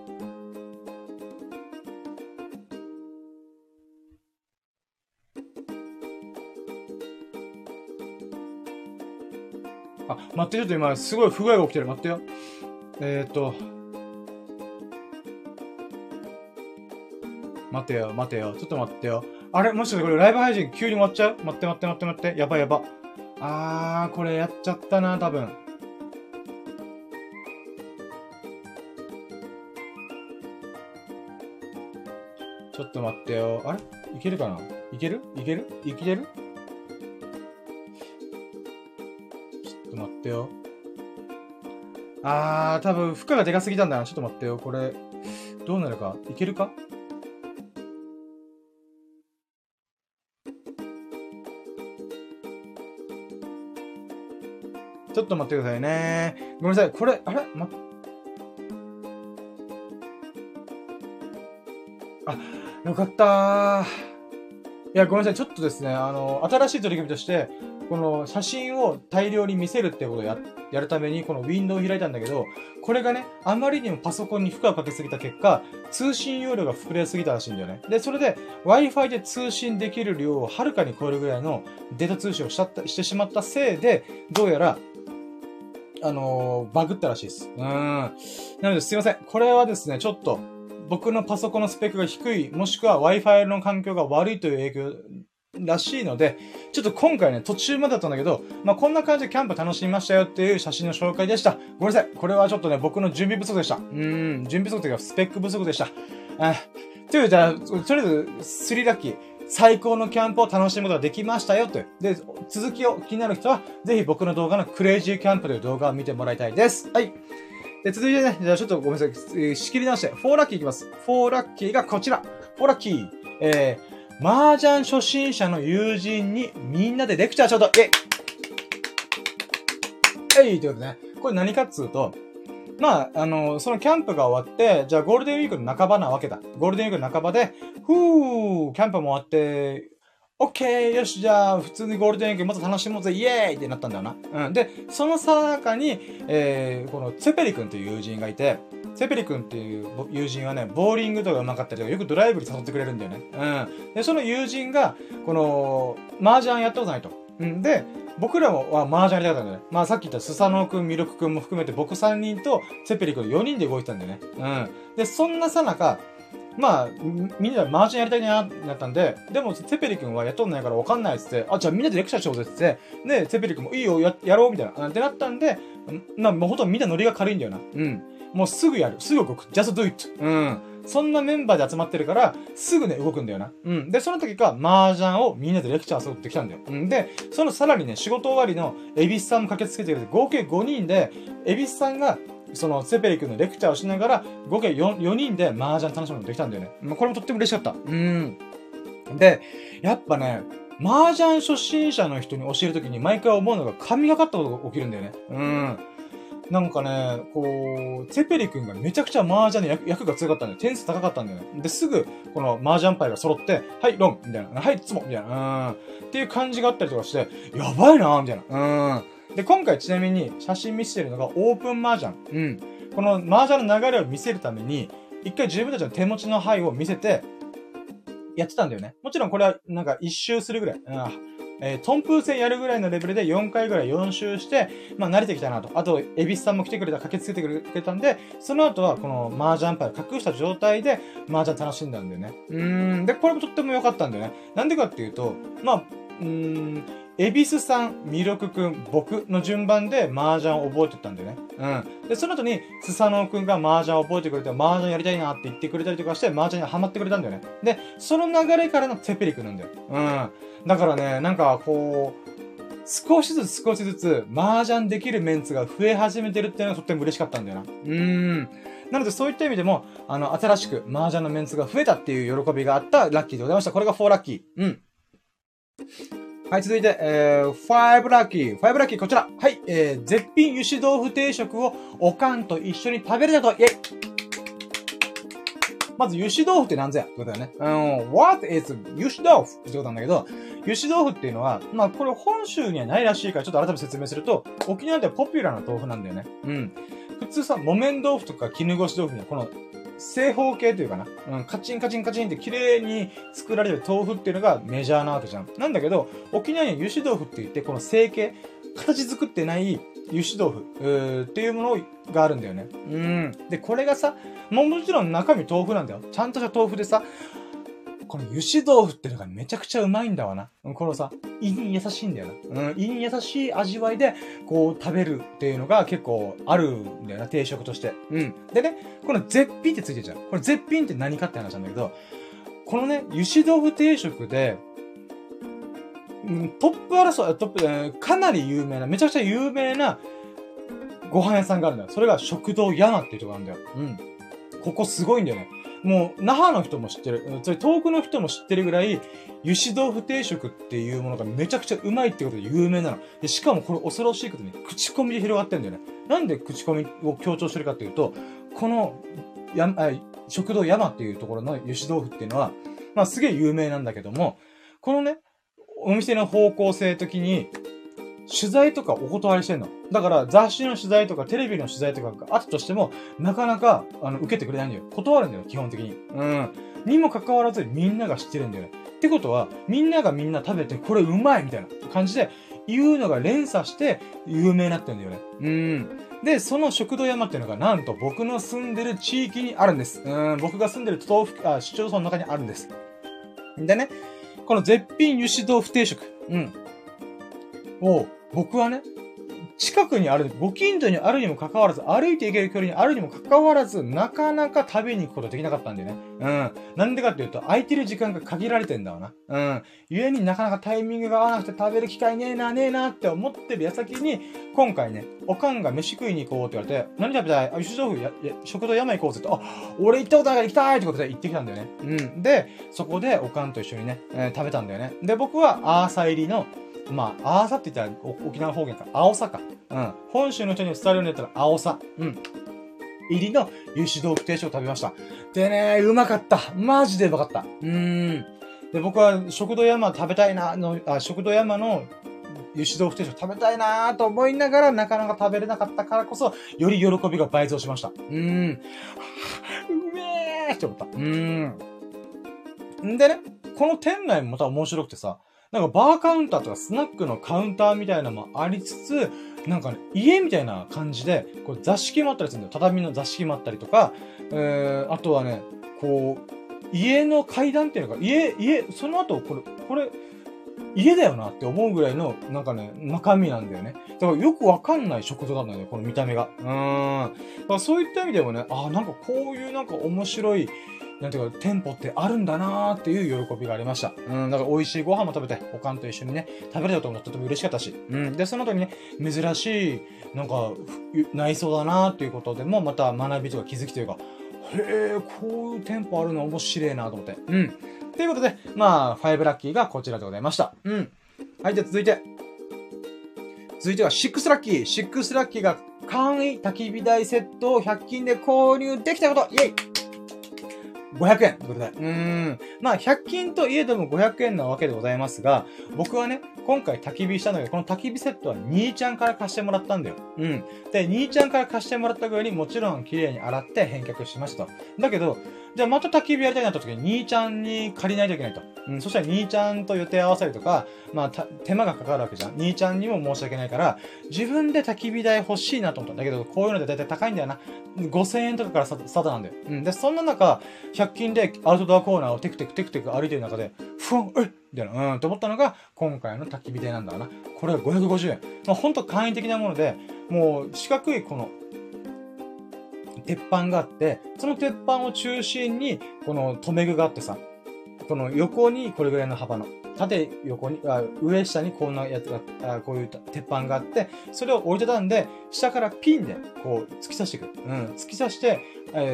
待って、ちょっと今、すごい不具合が起きてる。待ってよ。待てよ。ちょっと待ってよ。あれもしかしてこれライブ配信急に終わっちゃう？待って。やば。これやっちゃったな、多分。ちょっと待ってよ。あれいけるかな？いける？ちょっと待ってよ。多分負荷がでかすぎたんだな。ちょっと待ってよ。これ、どうなるか？いけるか？ちょっと待ってくださいね。ごめんなさい。これ、よかったー。いや、ごめんなさい。ちょっとですね、新しい取り組みとして、この写真を大量に見せるってことをやるために、このウィンドウを開いたんだけど、これがね、あまりにもパソコンに負荷をかけすぎた結果、通信容量が膨れすぎたらしいんだよね。で、それで Wi-Fi で通信できる量をはるかに超えるぐらいのデータ通信をしてしまったせいで、どうやら、バグったらしいです。なのですいません。これはですね、ちょっと、僕のパソコンのスペックが低い、もしくは Wi-Fi の環境が悪いという影響らしいので、ちょっと今回ね、途中までだったんだけど、こんな感じでキャンプ楽しみましたよっていう写真の紹介でした。ごめんなさい。これはちょっとね、僕の準備不足でした。準備不足というか、スペック不足でした。という、じゃあ、とりあえず、3ラッキー。最高のキャンプを楽しむことができましたよという。で、続きを気になる人は、ぜひ僕の動画のクレイジーキャンプという動画を見てもらいたいです。はい。で、続いてね、じゃあちょっとごめんなさい。仕切り直して、4ラッキーいきます。4ラッキーがこちら。4ラッキー。麻雀初心者の友人にみんなでレクチャーちょうど、ということでね。これ何かっつうと、そのキャンプが終わって、じゃあゴールデンウィークの半ばなわけだ。ゴールデンウィークの半ばで、キャンプも終わって、オッケーよし、じゃあ、普通にゴールデンウィークもっと楽しもうぜイエーイってなったんだよな。で、そのさなかに、このツェペリ君という友人がいて、ツェペリ君っていう友人はね、ボーリングとか上手かったりとか、よくドライブに誘ってくれるんだよね。で、その友人が、この、麻雀やったことないと。 うん。で、僕らも、麻雀やりたかったんだよね。まあさっき言ったスサノオくん、ミルクくんも含めて僕3人とセペリ君4人で動いてたんだよね。うん。で、そんなさなか、まあ、みんなで麻雀やりたいなってなったんで、でも、セペリ君はやっとんないからわかんないっつって、じゃあみんなでレクチャーしようぜっつって、で、セペリ君もいいよ、やろうみたいな、ってなったんで、もうほとんどみんなノリが軽いんだよな。うん。もうすぐやる。すぐ動く。just do it. うん。そんなメンバーで集まってるから、すぐね、動くんだよな。うん。で、その時か、麻雀をみんなでレクチャーするってきたんだよ。うん。で、そのさらにね、仕事終わりのエビスさんも駆けつけてくれて、合計5人で、エビスさんが、その、セペリ君のレクチャーをしながら、合計4人で麻雀楽しむことができたんだよね。まあ、これもとっても嬉しかった。で、やっぱね、麻雀初心者の人に教えるときに毎回思うのが神がかったことが起きるんだよね。なんかね、こう、セペリ君がめちゃくちゃ麻雀の役が強かったんだよ。点数高かったんだよね。で、すぐ、この麻雀パイが揃って、はい、ロンみたいな。はい、ツモみたいな。っていう感じがあったりとかして、やばいなみたいな。で、今回ちなみに写真見せてるのがオープン麻雀。この麻雀の流れを見せるために、一回自分たちの手持ちの牌を見せて、やってたんだよね。もちろんこれはなんか一周するぐらい。トンプー戦やるぐらいのレベルで4回ぐらい4周して、まあ慣れてきたなと。あと、エビスさんも来てくれた、駆けつけてくれたんで、その後はこの麻雀パイを隠した状態で麻雀楽しんだんだよね。で、これもとっても良かったんだよね。なんでかっていうと、まあ、エビスさん、ミルクくん、僕の順番で麻雀を覚えてったんだよね。で、その後に、スサノオくんが麻雀を覚えてくれて、麻雀やりたいなって言ってくれたりとかして、麻雀にハマってくれたんだよね。で、その流れからのセペリくんなんだよ。だからね、なんかこう、少しずつ麻雀できるメンツが増え始めてるっていうのがとっても嬉しかったんだよな。なのでそういった意味でも、新しく麻雀のメンツが増えたっていう喜びがあったラッキーでございました。これが4ラッキー。はい、続いて、5ラッキー。5ラッキー、こちら。はい、絶品油脂豆腐定食をおかんと一緒に食べれたと、イェイまず、油脂豆腐って何ぞやってことだよね。what is 油脂豆腐ってことなんだけど、油脂豆腐っていうのは、まあ、これ本州にはないらしいから、ちょっと改めて説明すると、沖縄ではポピュラーな豆腐なんだよね。普通さ、木綿豆腐とか絹ごし豆腐には、この、正方形というかな。カチンカチンカチンって綺麗に作られる豆腐っていうのがメジャーなわけじゃん。なんだけど、沖縄には油脂豆腐って言って、この成形、形作ってない油脂豆腐、っていうものがあるんだよね。で、これがさ、もちろん中身豆腐なんだよ。ちゃんとした豆腐でさ、この油脂豆腐ってのがめちゃくちゃうまいんだわな。このさ、胃に優しいんだよな。胃に優しい味わいで、こう食べるっていうのが結構あるんだよな、定食として。でね、この絶品ってついてるじゃん。これ絶品って何かって話なんだけど、このね、油脂豆腐定食で、トップ、かなり有名な、めちゃくちゃ有名なご飯屋さんがあるんだよ。それが食堂山っていうところなんだよ。ここすごいんだよね。もう、那覇の人も知ってる。それ遠くの人も知ってるぐらい、油脂豆腐定食っていうものがめちゃくちゃうまいってことで有名なの。で、しかもこれ恐ろしいことに、口コミで広がってんだよね。なんで口コミを強調してるかっていうと、この、食堂山っていうところの油脂豆腐っていうのは、まあすげえ有名なんだけども、このね、お店の方向性的に、取材とかお断りしてんの。だから雑誌の取材とかテレビの取材とかがあったとしても、なかなか、受けてくれないんだよ。断るんだよ、基本的に。にもかかわらずみんなが知ってるんだよね。ってことは、みんながみんな食べてこれうまいみたいな感じで言うのが連鎖して有名になってるんだよね。で、その食堂山っていうのがなんと僕の住んでる地域にあるんです。僕が住んでる市町村の中にあるんです。でね、この絶品油脂豆腐定食。を、僕はね、近くにある、ご近所にあるにもかかわらず、歩いて行ける距離にあるにもかかわらず、なかなか食べに行くことできなかったんだよね。なんでかっていうと、空いてる時間が限られてんだわな。故になかなかタイミングが合わなくて食べる機会ねえなって思ってる矢先に、今回ね、おかんが飯食いに行こうって言われて、何食べたい油脂豆腐食堂山行こうぜって、俺行ったことないから行きたいってことで行ってきたんだよね。で、そこでおかんと一緒にね、食べたんだよね。で、僕はアーサ入りの、まあ、アーサって言ったら沖縄方言か。アオサか。本州の人に伝わるようになったらアオサ。入りの油脂豆腐定食を食べました。でね、うまかった。マジでうまかった。で、僕は食堂山食べたいな、食堂山の油脂豆腐定食食べたいなと思いながらなかなか食べれなかったからこそ、より喜びが倍増しました。うめーって思った。でね、この店内もまた面白くてさ、 なんかバーカウンターとかスナックのカウンターみたいなのもありつつ、なんかね、家みたいな感じで、こう座敷もあったりするんだよ。畳の座敷もあったりとか、あとはね、こう、家の階段っていうのか、その後、これ、家だよなって思うぐらいの、なんかね、中身なんだよね。だからよくわかんない食堂なんだよね、この見た目が。だからそういった意味でもね、なんかこういうなんか面白い、なんていうか、店舗ってあるんだなーっていう喜びがありました。だから美味しいご飯も食べて、おかんと一緒にね、食べれたと思ってとても嬉しかったし。で、その後にね、珍しい、なんか、内装だなーっていうことでも、また学びとか気づきというか、へえ、こういう店舗あるの面白いなと思って。ということで、まあ、5ラッキーがこちらでございました。はい、じゃあ続いては6ラッキー。6ラッキーが簡易焚き火台セットを100均で購入できたこと。イェイ500円ということで。まあ、100均といえども500円なわけでございますが、僕はね、今回焚き火したんだけど、この焚き火セットは兄ちゃんから貸してもらったんだよ。で、兄ちゃんから貸してもらったぐらいにもちろん綺麗に洗って返却しましたと。だけど、じゃあまた焚き火やりたいなった時に兄ちゃんに借りないといけないと。そしたら兄ちゃんと予定合わせるとか、まあ、手間がかかるわけじゃん。兄ちゃんにも申し訳ないから、自分で焚き火台欲しいなと思ったんだけど、こういうのでだいたい高いんだよな。5000円とかからスタートなんだよ。で、そんな中、100均でアウトドアコーナーをテクテク歩いてる中で、ふん、みたいな、って思ったのが、今回の焚き火台なんだな。これが550円。まあ、ほんと簡易的なもので、もう四角いこの、鉄板があって、その鉄板を中心に、この留め具があってさ、この横にこれぐらいの幅の、縦横に、上下にこんなやつが、こういう鉄板があって、それを折りたたんで、下からピンで、こう、突き刺していく。突き刺して、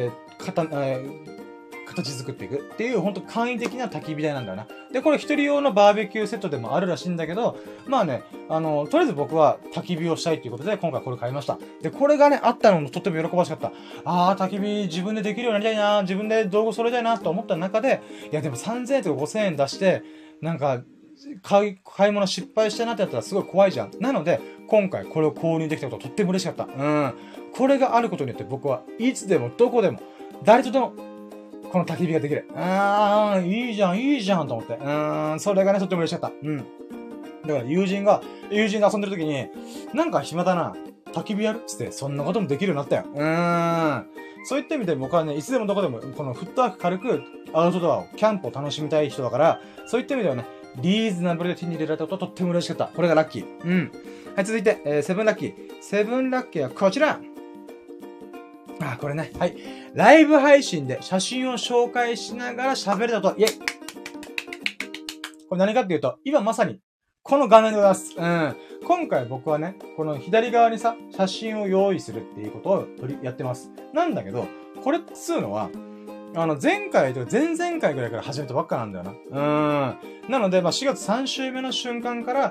形作っていくっていう、ほんと簡易的な焚き火台なんだよな。で、これ一人用のバーベキューセットでもあるらしいんだけど、まあね、とりあえず僕は焚き火をしたいっていうことで、今回これ買いました。で、これがね、あったのもとっても喜ばしかった。焚き火自分でできるようになりたいな、自分で道具揃えたいなと思った中で、いやでも3000円とか5000円出して、なんか、買い物失敗したなってやったらすごい怖いじゃん。なので、今回これを購入できたこととっても嬉しかった。これがあることによって僕はいつでもどこでも、誰とでも、この焚き火ができる。いいじゃんと思って。それがね、とっても嬉しかった。だから友人が遊んでる時に、なんか暇だな、焚き火やるっつって、そんなこともできるようになったよ。そういった意味で僕はね、いつでもどこでも、このフットワーク軽くアウトドアを、キャンプを楽しみたい人だから、そういった意味ではね、リーズナブルで手に入れられたこととっても嬉しかった。これがラッキー。はい、続いて、セブンラッキー。セブンラッキーはこちら。これね。はい。ライブ配信で写真を紹介しながら喋れたと。イェイ。これ何かっていうと、今まさに、この画面でございます。今回僕はね、この左側にさ、写真を用意するっていうことをやってます。なんだけど、これっつうのは、前回とか前々回ぐらいから始めたばっかなんだよな。なので、4月3週目の瞬間から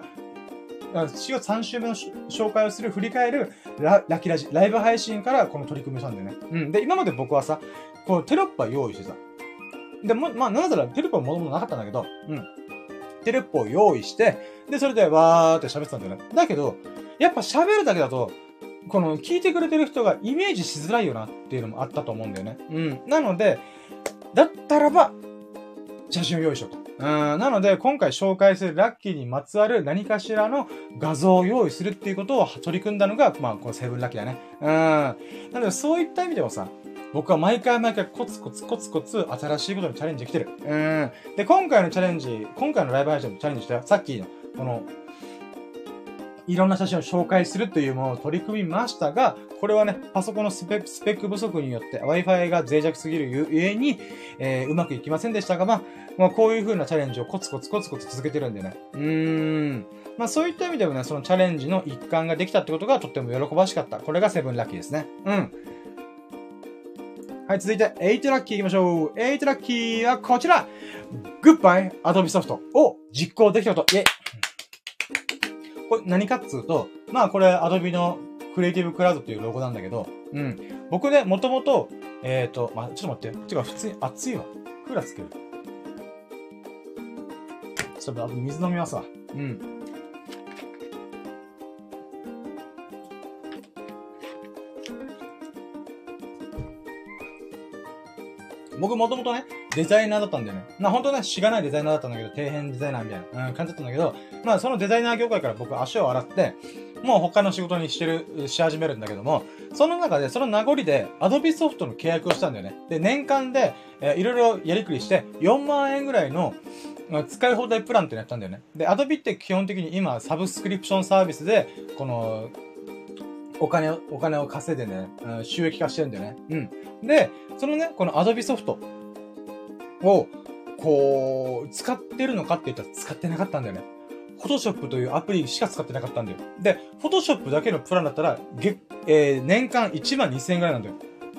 、4月3週目の紹介をする、振り返る、ラキラジ、ライブ配信からこの取り組みをしたんだよね。で、今まで僕はさ、このテロップは用意してさ。で、なんだったらテロップはもともとなかったんだけど、テロップを用意して、で、それでわーって喋ってたんだよね。だけど、やっぱ喋るだけだと、この聞いてくれてる人がイメージしづらいよなっていうのもあったと思うんだよね。なので、だったらば、写真を用意しようと。なので、今回紹介するラッキーにまつわる何かしらの画像を用意するっていうことを取り組んだのが、このセブンラッキーだね。なので、そういった意味でもさ、僕は毎回コツコツ新しいことにチャレンジできてる。で、今回のライブ配信のチャレンジしたよ。さっきの、いろんな写真を紹介するというものを取り組みましたが、これはね、パソコンのスペック不足によって Wi-Fi が脆弱すぎるゆえに、うまくいきませんでしたが、こういう風なチャレンジをコツコツ続けてるんでね。そういった意味でもね、そのチャレンジの一環ができたってことがとっても喜ばしかった。これがセブンラッキーですね。はい、続いて、8ラッキー行きましょう。8ラッキーはこちら。グッバイアドビソフトを実行できたこと。イェイ。これ何かっつうと、これアドビのクリエイティブクラウドっていうロゴなんだけど、僕ね、もともと、ちょっと待って。てか、普通に暑いわ。クーラーつける。ちょっと、水飲みますわ。僕もともとね、 デザイナーだったんだよね。本当ね、しがないデザイナーだったんだけど、底辺デザイナーみたいな、感じだったんだけど、そのデザイナー業界から僕足を洗って、もう他の仕事にし始めるんだけども、その中で、その名残で、アドビソフトの契約をしたんだよね。で、年間で、いろいろやりくりして、4万円ぐらいの、使い放題プランってやったんだよね。で、アドビって基本的に今、サブスクリプションサービスで、この、お金を稼いでね、収益化してるんだよね。で、そのね、このアドビソフトを、こう、使ってるのかって言ったら使ってなかったんだよね。フォトショップというアプリしか使ってなかったんだよ。で、フォトショップだけのプランだったら、年間1万2000円ぐらいなんだよ。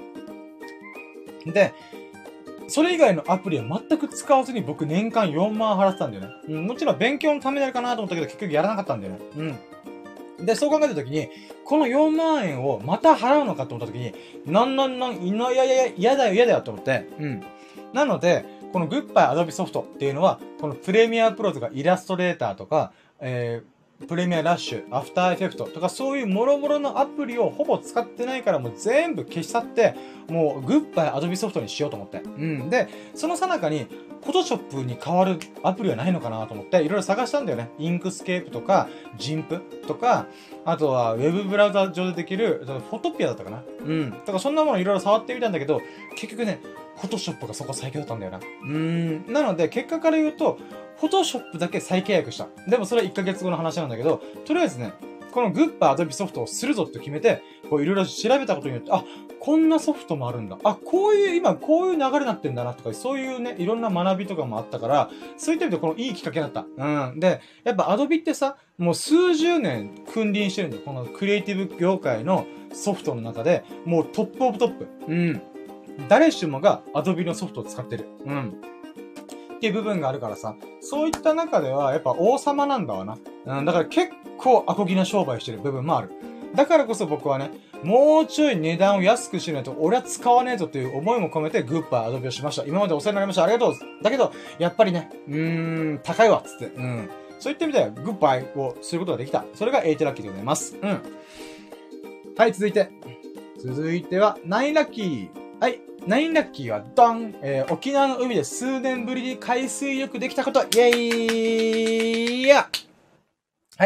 で、それ以外のアプリは全く使わずに僕年間4万払ってたんだよね。もちろん勉強のためになるかなと思ったけど結局やらなかったんだよね。で、そう考えたときに、この4万円をまた払うのかと思ったときに、嫌だよと思って。なので、このグッバイアドビソフトっていうのは、このプレミアプロとかイラストレーターとか、プレミアラッシュ、アフターエフェクトとかそういう諸々のアプリをほぼ使ってないからもう全部消し去って、もうグッバイアドビソフトにしようと思って。で、その最中に、フォトショップに変わるアプリはないのかなと思って、いろいろ探したんだよね。インクスケープとか、ジンプとか、あとはウェブブラウザ上でできる、フォトピアだったかな。とかそんなものいろいろ触ってみたんだけど、結局ね、フォトショップがそこ最強だったんだよな。なので、結果から言うと、フォトショップだけ再契約した。でもそれは1ヶ月後の話なんだけど、とりあえずね、このグッバイアドビソフトをするぞって決めて、こういろいろ調べたことによって、あ、こんなソフトもあるんだ。あ、今こういう流れになってんだなとか、そういうね、いろんな学びとかもあったから、そういった意味でこのいいきっかけだった。で、やっぱアドビってさ、もう数十年君臨してるんだよ。このクリエイティブ業界のソフトの中で、もうトップオブトップ。誰しもがアドビのソフトを使ってる。っていう部分があるからさ、そういった中ではやっぱ王様なんだわな。だから結構アコギな商売してる部分もある。だからこそ僕はね、もうちょい値段を安くしないと俺は使わねえぞという思いも込めてグッバイアドビをしました。今までお世話になりました。ありがとう。だけど、やっぱりね、高いわ、つって。そういった意味ではグッバイをすることができた。それが8ラッキーでございます。はい、続いては、9ラッキー。はい。9ラッキーは、ドン沖縄の海で数年ぶりに海水浴できたこと、イェイやはい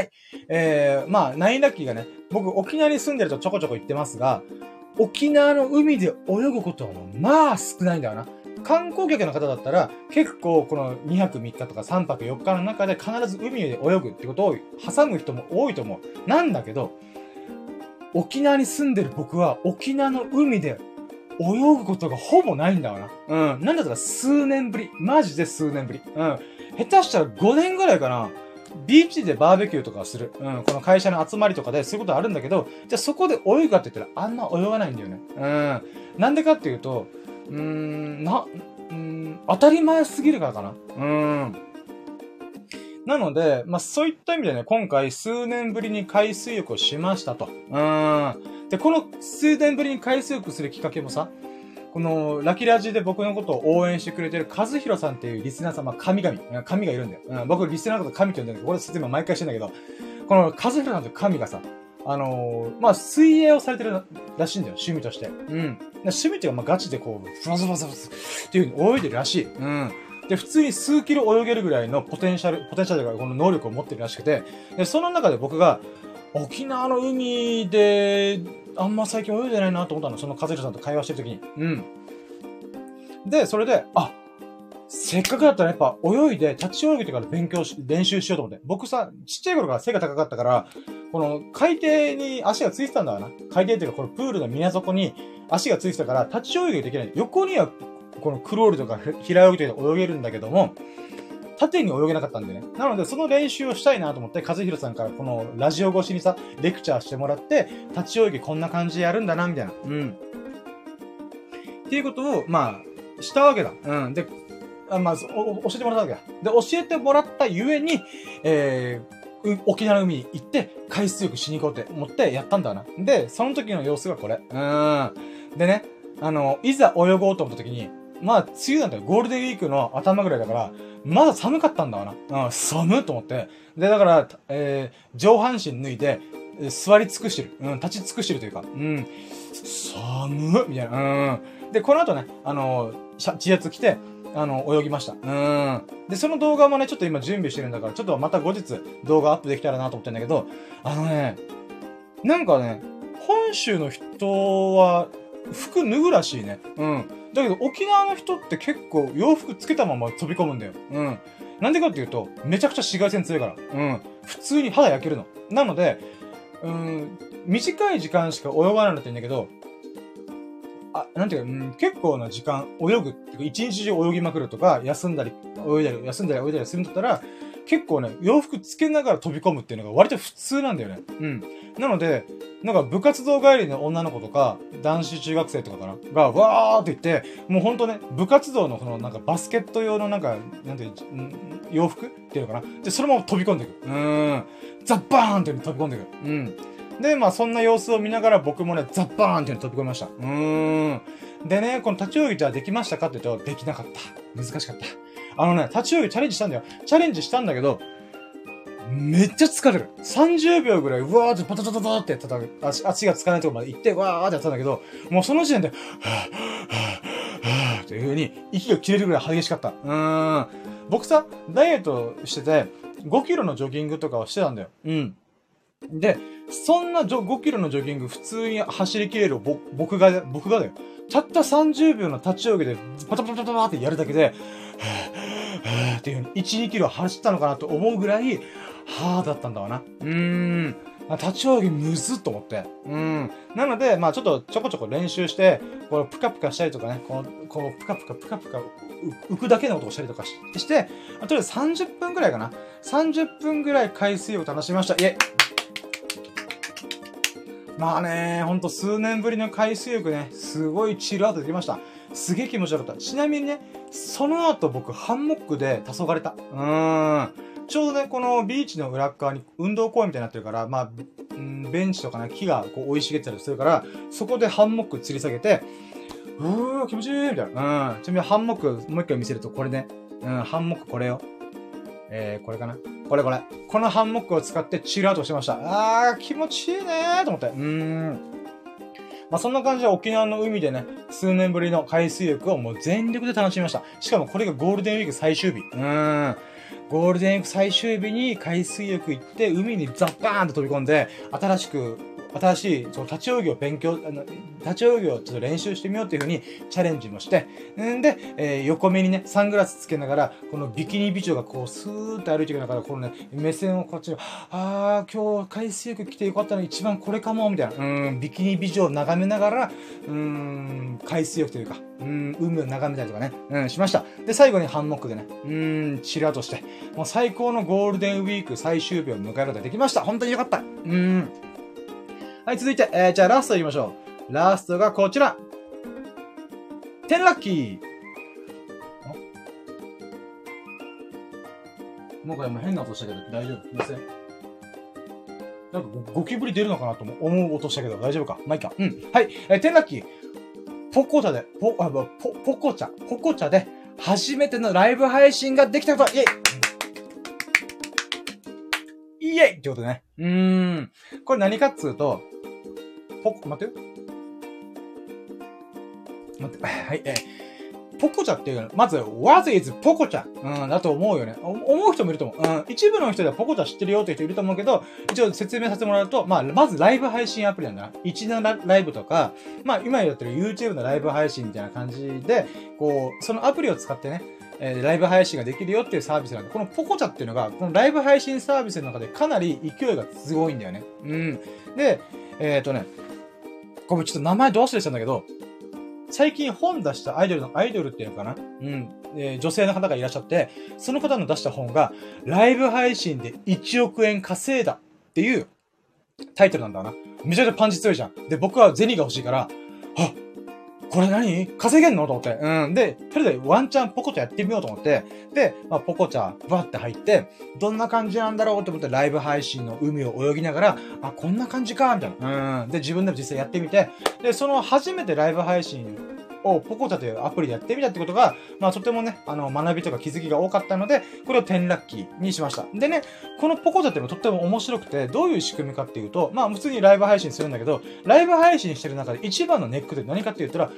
。9ラッキーがね、僕沖縄に住んでるとちょこちょこ行ってますが、沖縄の海で泳ぐことは少ないんだよな。観光客の方だったら、結構この2泊3日とか3泊4日の中で必ず海で泳ぐってことを挟む人も多いと思う。なんだけど、沖縄に住んでる僕は沖縄の海で泳ぐことがほぼないんだわな。なんだったら数年ぶり。マジで数年ぶり。下手したら5年ぐらいかな。ビーチでバーベキューとかする。この会社の集まりとかでそういうことあるんだけど、じゃあそこで泳ぐかって言ったらあんま泳がないんだよね。なんでかっていうと、当たり前すぎるからかな。なので、そういった意味でね、今回数年ぶりに海水浴をしましたと。で、この数年ぶりに海水浴するきっかけもさ、このラキラジで僕のことを応援してくれてる和弘さんっていうリスナー様、神がいるんだよ。僕リスナーのこと神って呼んでるんだけど、これ説明毎回してんだけど、この和弘さんという神がさ、水泳をされてるらしいんだよ、趣味として。趣味っていうか、ガチでこう、フラズっていう風に泳いでるらしい。で、普通に数キロ泳げるぐらいのポテンシャルというか、この能力を持ってるらしくて、で、その中で僕が、沖縄の海で、あんま最近泳いでないなと思ったの。その和弘さんと会話してる時に。で、それで、せっかくだったらやっぱ泳いで、立ち泳ぎとかで練習しようと思って。僕さ、ちっちゃい頃から背が高かったから、この海底に足がついてたんだわな。海底っていうかこのプールの水底に足がついてたから、立ち泳ぎができない。横には、このクロールとか平泳ぎとか泳げるんだけども、縦に泳げなかったんでね。なので、その練習をしたいなと思って、和弘さんからこのラジオ越しにさ、レクチャーしてもらって、立ち泳ぎこんな感じでやるんだな、みたいな。っていうことを、したわけだ。で、教えてもらったわけだ。で、教えてもらったゆえに、沖縄の海に行って、海水浴しに行こうって思ってやったんだな。で、その時の様子がこれ。でね、いざ泳ごうと思った時に、梅雨なんだよ。ゴールデンウィークの頭ぐらいだから、まだ寒かったんだわな。寒いと思って。で、だから、上半身脱いで、座り尽くしてる。立ち尽くしてるというか。寒いみたいな。で、この後ね、地圧来て、 泳ぎました。で、その動画もね、ちょっと今準備してるんだから、ちょっとまた後日動画アップできたらなと思ってんだけど、なんかね、本州の人は、服脱ぐらしいね。だけど沖縄の人って結構洋服つけたまま飛び込むんだよ。なんでかっていうと、めちゃくちゃ紫外線強いから。普通に肌焼けるの。なので、短い時間しか泳がないんだって言うんだけど、なんていうか、結構な時間泳ぐっていうか、一日中泳ぎまくるとか、休んだり泳いだりするんだったら、結構ね、洋服つけながら飛び込むっていうのが割と普通なんだよね。なので、なんか部活動帰りの女の子とか、男子中学生とかかなが、わーって言って、もうほんとね、部活動のなんかバスケット用のなんか、なんていう、洋服っていうのかなで、そのまま飛び込んでいく。ザッバーンって飛び込んでいく。で、まあそんな様子を見ながら僕もね、ザッバーンって飛び込みました。でね、この立ち泳ぎじゃあできましたかって言うと、できなかった。難しかった。立ち泳ぎチャレンジしたんだよ。チャレンジしたんだけど、めっちゃ疲れる。30秒ぐらい、うわーってパタパタパタってやってた。足がつかないところまで行って、わーってやったんだけど、もうその時点で、はぁ、はぁ、はぁ、っていう風に、息が切れるぐらい激しかった。僕さ、ダイエットしてて、5キロのジョギングとかをしてたんだよ。で、そんな5キロのジョギング普通に走り切れる僕がだよ。たった30秒の立ち泳ぎでパタパタパタパタってやるだけで、っていう風に1、2キロ走ったのかなと思うぐらい、だったんだわな。立ち泳ぎむずっと思って。なので、まあちょっとちょこちょこ練習して、このプカプカしたりとかね、このプカプカ浮くだけの音をしたりとかして、とりあえず30分ぐらいかな。30分ぐらい海水を楽しみました。イェイ。まあね、ほんと数年ぶりの海水浴ね、すごいチルアウトできました。すげえ気持ちよかった。ちなみにね、その後僕ハンモックで黄昏れた。ちょうどね、このビーチの裏側に運動公園みたいになってるから、まあ、ベンチとかね、木がこう生い茂ってたりするから、そこでハンモック吊り下げて、気持ちいいみたいな。ちなみにハンモックもう一回見せるとこれね。ハンモックこれよ。これかな。これ。このハンモックを使ってチルアウトしてました。気持ちいいねーと思って。まあ、そんな感じで沖縄の海でね、数年ぶりの海水浴をもう全力で楽しみました。しかもこれがゴールデンウィーク最終日。ゴールデンウィーク最終日に海水浴行って、海にザッバーンと飛び込んで、新しい、その立ち泳ぎをちょっと練習してみようっていう風にチャレンジもして、で、横目にね、サングラスつけながら、このビキニ美女がこう、スーって歩いていく中で、このね、目線をこっちに、今日海水浴来てよかったの一番これかも、みたいな。ビキニ美女を眺めながら、海水浴というか、海を眺めたりとかね、しました。で、最後にハンモックでね、チルアウトして、もう最高のゴールデンウィーク最終日を迎えることができました。本当によかった。はい、続いて、じゃあラスト行きましょう。ラストがこちら。10ラッキー。もうこれ変な音したけど大丈夫見せ。なんかゴキブリ出るのかなと思う音したけど大丈夫かまあいいか。はい、10ラッキー。ポコチャで初めてのライブ配信ができたこと。イェイってことね。これ何かっつうと、待って。はい、ポコチャっていうのは、まず、What is ポコチャだと思うよね。思う人もいると思う。一部の人ではポコチャ知ってるよって人いると思うけど、一応説明させてもらうと、まずライブ配信アプリなんだな。17ライブとか、今やってる YouTube のライブ配信みたいな感じで、そのアプリを使ってね、ライブ配信ができるよっていうサービスなんで、このポコチャっていうのが、このライブ配信サービスの中でかなり勢いがすごいんだよね。で、これちょっと名前ど忘れしたんだけど、最近本出したアイドルっていうのかな女性の方がいらっしゃって、その方の出した本が、ライブ配信で1億円稼いだっていうタイトルなんだな。めちゃくちゃパンチ強いじゃん。で、僕は銭が欲しいから、これ何稼げんのと思って。で、とりあえずワンチャンポコチャやってみようと思って。で、ポコチャバって入って、どんな感じなんだろうと思ってライブ配信の海を泳ぎながら、こんな感じかみたいな。で、自分でも実際やってみて、で、その初めてライブ配信をポコチャというアプリでやってみたってことが、とてもね、学びとか気づきが多かったので、これを10ラッキーにしました。でね、このポコチャっていうのはとっても面白くて、どういう仕組みかっていうと、普通にライブ配信するんだけど、ライブ配信してる中で一番のネックで何かって言ったら、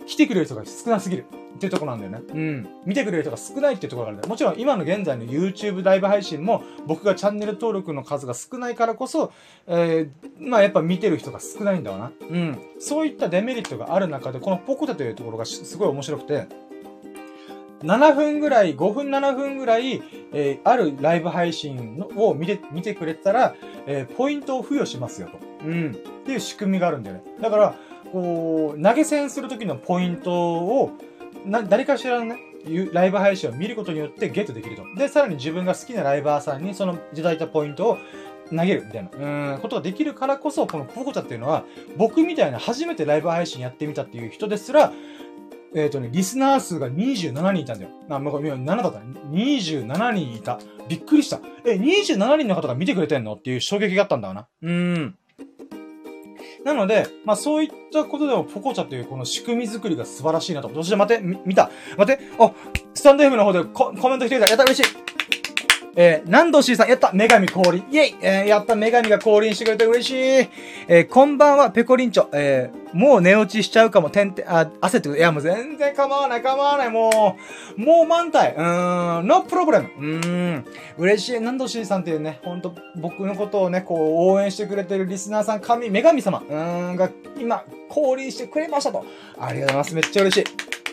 来てくれる人が少なすぎるっていうところなんだよね。うん。見てくれる人が少ないっていうところがあるんだよ。もちろん今の現在の YouTube ライブ配信も僕がチャンネル登録の数が少ないからこそ、まあやっぱ見てる人が少ないんだわな。うん。そういったデメリットがある中で、このポコタというところがすごい面白くて、7分ぐらい、5分7分ぐらい、あるライブ配信を見てくれたら、ポイントを付与しますよと。うん。っていう仕組みがあるんだよね。だから、こう、投げ銭するときのポイントを、誰かしらのね、ライブ配信を見ることによってゲットできると。で、さらに自分が好きなライバーさんにそのいただいたポイントを投げるみたいな、ことができるからこそ、このポコチャっていうのは、僕みたいな初めてライブ配信やってみたっていう人ですら、リスナー数が27人いたんだよ。もう7だったね。27人いた。びっくりした。27人の方が見てくれてんのっていう衝撃があったんだわな。なので、まあそういったことでもポコチャというこの仕組み作りが素晴らしいなと。そして待って、見た。待って、スタンド F の方でコメント来てくれた。やった、嬉しい。南道 C さん、やった、女神降臨。イェイやった、女神が降臨してくれて嬉しい。こんばんは、ペコリンチョ。もう寝落ちしちゃうかも、焦ってくる。いや、もう全然構わない、もう満タイ。ノープロブレム。嬉しい。南道 C さんっていうね、ほんと、僕のことをね、こう、応援してくれてるリスナーさん、女神様、が、今、降臨してくれましたと。ありがとうございます。めっちゃ嬉しい。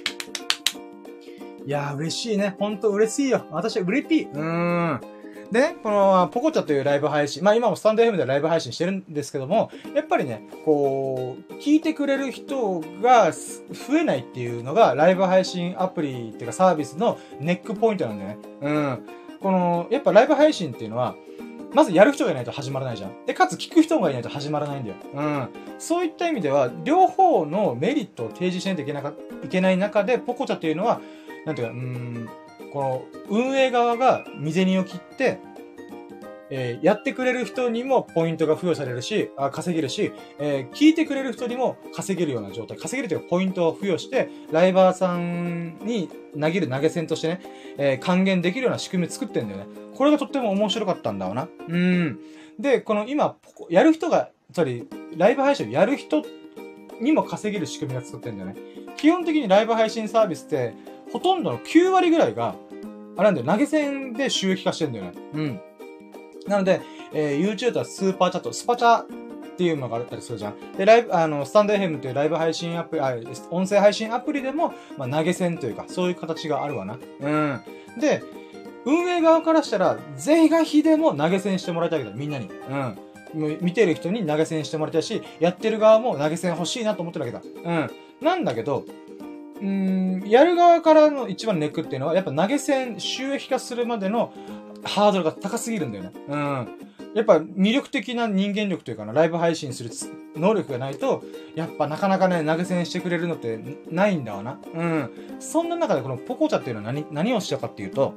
いやー、嬉しいね。ほんと嬉しいよ。私は嬉しい。でね、この、ポコチャというライブ配信、まあ今もスタンド FM でライブ配信してるんですけども、やっぱりね、こう、聞いてくれる人が増えないっていうのが、ライブ配信アプリっていうかサービスのネックポイントなんだよね。この、やっぱライブ配信っていうのは、まずやる人がいないと始まらないじゃん。で、かつ聞く人がいないと始まらないんだよ。そういった意味では、両方のメリットを提示しないといけない中で、ポコチャっていうのは、なんていうか、この、運営側が未銭を切って、やってくれる人にもポイントが付与されるし、稼げるし、聞いてくれる人にも稼げるような状態。稼げるというかポイントを付与して、ライバーさんに投げる投げ銭としてね、還元できるような仕組みを作ってんだよね。これがとっても面白かったんだわな。で、この今、やる人が、ライブ配信をやる人にも稼げる仕組みが作ってんだよね。基本的にライブ配信サービスって、ほとんどの9割ぐらいが、あれなんだよ、投げ銭で収益化してんだよね。なので、YouTube とはスーパーチャット、スパチャっていうのがあったりするじゃん。で、スタンド FM っていうライブ配信アプリ、音声配信アプリでも、まあ、投げ銭というか、そういう形があるわな。で、運営側からしたら、是が非でも投げ銭してもらいたいけど、みんなに。見てる人に投げ銭してもらいたいし、やってる側も投げ銭欲しいなと思ってるわけだ。なんだけど、やる側からの一番ネックっていうのは、やっぱ投げ銭収益化するまでのハードルが高すぎるんだよね。やっぱ魅力的な人間力というかな、ライブ配信する能力がないと、やっぱなかなかね、投げ銭してくれるのってないんだわな。そんな中でこのポコチャっていうのは何をしたかっていうと、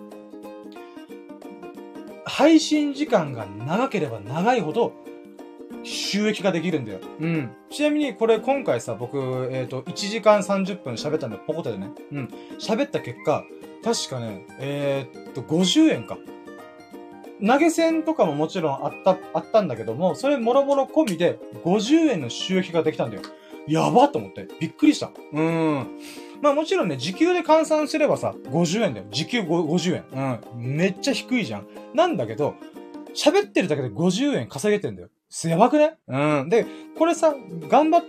配信時間が長ければ長いほど、収益ができるんだよ。ちなみに、これ今回さ、僕、1時間30分喋ったんだよ、ポコタでね。喋った結果、確かね、50円か。投げ銭とかももちろんあったんだけども、それもろもろ込みで50円の収益ができたんだよ。やばっと思って。びっくりした。まあもちろんね、時給で換算すればさ、50円だよ。時給50円。めっちゃ低いじゃん。なんだけど、喋ってるだけで50円稼げてんだよ。やばくね？で、これさ、頑張って、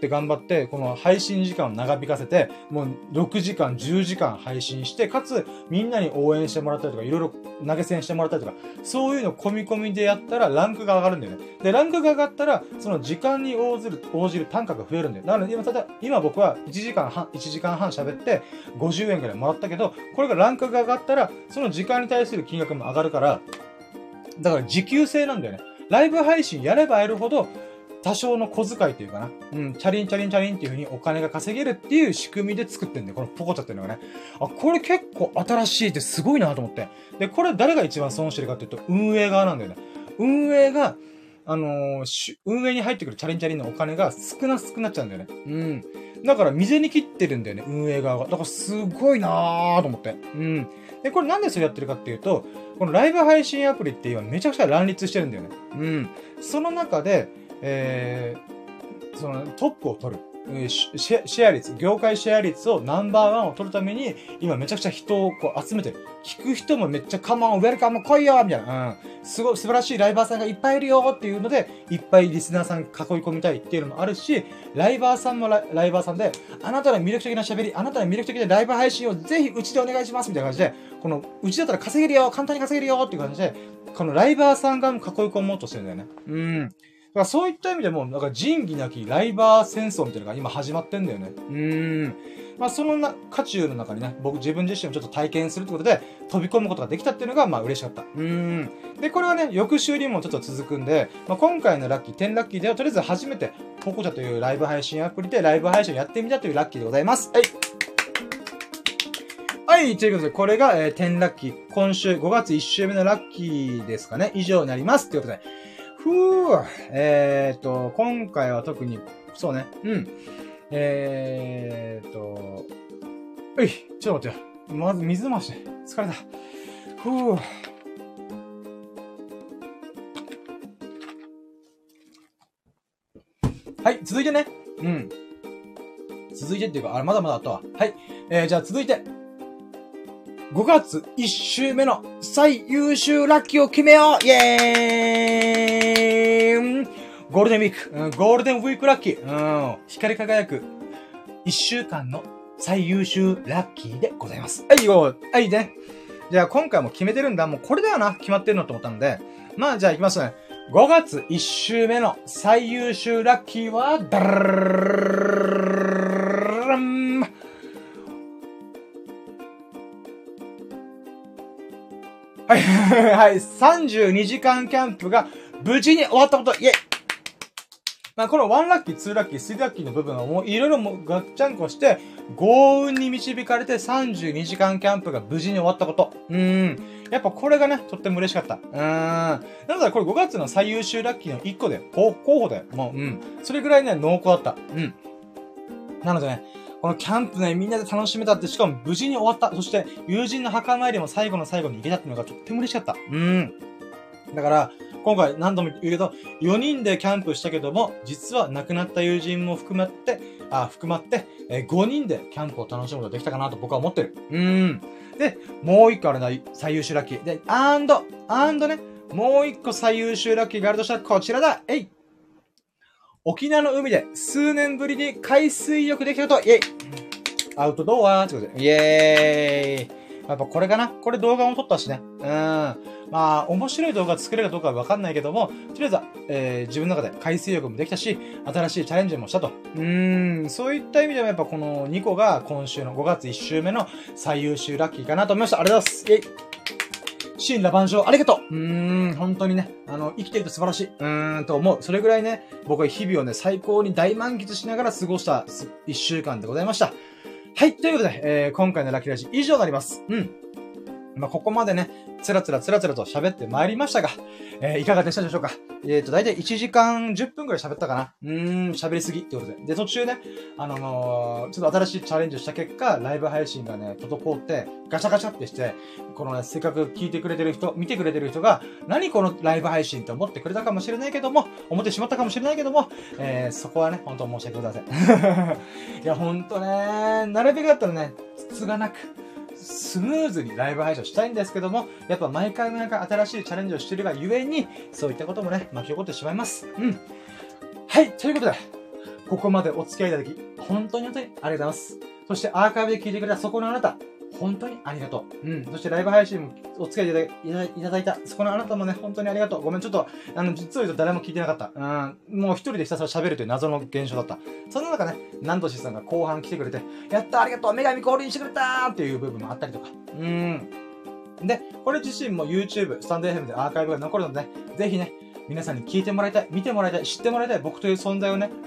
この配信時間を長引かせて、もう6時間、10時間配信して、かつ、みんなに応援してもらったりとか、いろいろ投げ銭してもらったりとか、そういうの込み込みでやったら、ランクが上がるんだよね。で、ランクが上がったら、その時間に応じる単価が増えるんだよ。なので、今僕は1時間半喋って、50円くらいもらったけど、これがランクが上がったら、その時間に対する金額も上がるから、だから時給制なんだよね。ライブ配信やればやるほど、多少の小遣いっていうかな。チャリンっていう風にお金が稼げるっていう仕組みで作ってんだよ。このポコチャっていうのがね。これ結構新しいってすごいなと思って。で、これ誰が一番損してるかっていうと、運営側なんだよね。運営が、運営に入ってくるチャリンのお金が少なっちゃうんだよね。だから、未に切ってるんだよね、運営側が。だから、すごいなーと思って。で、これなんでそれやってるかっていうと、このライブ配信アプリって今めちゃくちゃ乱立してるんだよね。その中で、そのトップを取る。 シェア率、業界シェア率をナンバーワンを取るために、今めちゃくちゃ人をこう集めてる。聞く人もめっちゃカモン、ウェルカム来いよみたいな。すごい、素晴らしいライバーさんがいっぱいいるよっていうので、いっぱいリスナーさん囲い込みたいっていうのもあるし、ライバーさんもライバーさんで、あなたの魅力的な喋り、あなたの魅力的なライブ配信をぜひうちでお願いしますみたいな感じで、この、うちだったら稼げるよ、簡単に稼げるよっていう感じで、このライバーさんが囲い込もうとしてるんだよね。だからそういった意味でも、なんか仁義なきライバー戦争みたいなのが今始まってんだよね。まあその渦中の中にね、僕自分自身もちょっと体験するってことで、飛び込むことができたっていうのが、まあ嬉しかった。で、これはね、翌週にもちょっと続くんで、まあ今回のラッキー、10ラッキーではとりあえず初めて、ポコチャというライブ配信アプリでライブ配信をやってみたというラッキーでございます。はい。はい、ということで、これが、10ラッキー。今週5月1週目のラッキーですかね。以上になります。ということで。今回は特に、そうね。ちょっと待ってよ。まず水回して。疲れた。はい、続いてね。続いてっていうか、まだまだあったわ。はい。じゃあ続いて。5月1週目の最優秀ラッキーを決めようイエーイゴールデンウィーク、ゴールデンウィークラッキー、光り輝く1週間の最優秀ラッキーでございます。はいね。じゃあ今回も決めてるんだ。もうこれだよな。決まってるのと思ったので。まあじゃあ行きますね。5月1週目の最優秀ラッキーは、はい、はい、32時間キャンプが無事に終わったこと、イェイまあ、この1ラッキー、2ラッキー、3ラッキーの部分はもういろいろもガッチャンコして、豪運に導かれて32時間キャンプが無事に終わったこと。やっぱこれがね、とっても嬉しかった。なのでこれ5月の最優秀ラッキーの1個で、候補だよ。もう、それぐらいね、濃厚だった。なのでね、このキャンプね、みんなで楽しめたって、しかも無事に終わった。そして、友人の墓参りも最後の最後に行けたっていうのがとっても嬉しかった。だから、今回何度も言うけど、4人でキャンプしたけども、実は亡くなった友人も含まって、5人でキャンプを楽しむことができたかなと僕は思ってる。で、もう一個あるな、最優秀ラッキー。で、ね、もう一個最優秀ラッキーがあるとしたらこちらだ沖縄の海で数年ぶりに海水浴できたこと、イェイアウトドアーってことで、イェーイやっぱこれかなこれ動画も撮ったしね。まあ、面白い動画作れるかどうかはわかんないけども、とりあえず、自分の中で海水浴もできたし、新しいチャレンジもしたと。そういった意味でもやっぱこの2個が今週の5月1週目の最優秀ラッキーかなと思いました。ありがとうございます。イェイ神羅万象、ありがとう本当にね、生きてると素晴らしい。と思う。それぐらいね、僕は日々をね、最高に大満喫しながら過ごした1週間でございました。はい、ということで、今回のラッキーラジ以上になります。まあ、ここまでね、つらつらと喋ってまいりましたが、いかがでしたでしょうか。だいたい1時間10分くらい喋ったかな。喋りすぎってことで。で、途中ね、ちょっと新しいチャレンジをした結果、ライブ配信がね、滞って、ガチャガチャってして、このね、せっかく聞いてくれてる人、見てくれてる人が、何このライブ配信って思ってくれたかもしれないけども、思ってしまったかもしれないけども、そこはね、本当申し訳ございません。いや、ほんとね、なるべくだったらね、つつがなく、スムーズにライブ配信をしたいんですけども、やっぱ毎回新しいチャレンジをしているがゆえに、そういったこともね、巻き起こってしまいます。はい、ということで、ここまでお付き合いいただき、本当にありがとうございます。そしてアーカイブで聞いてくれたそこのあなた、本当にありがとう。そしてライブ配信もお付き合いいただいた、そこのあなたもね、本当にありがとう。ごめん、ちょっと、実を言うと誰も聞いてなかった。もう一人でひたすら喋るという謎の現象だった。その中ね、なんとしさんが後半来てくれて、やったありがとう女神降臨してくれたーっていう部分もあったりとか。で、これ自身も YouTube、スタンド FM でアーカイブが残るので、ね、ぜひね、皆さんに聞いてもらいたい、見てもらいたい、知ってもらいたい、僕という存在をね、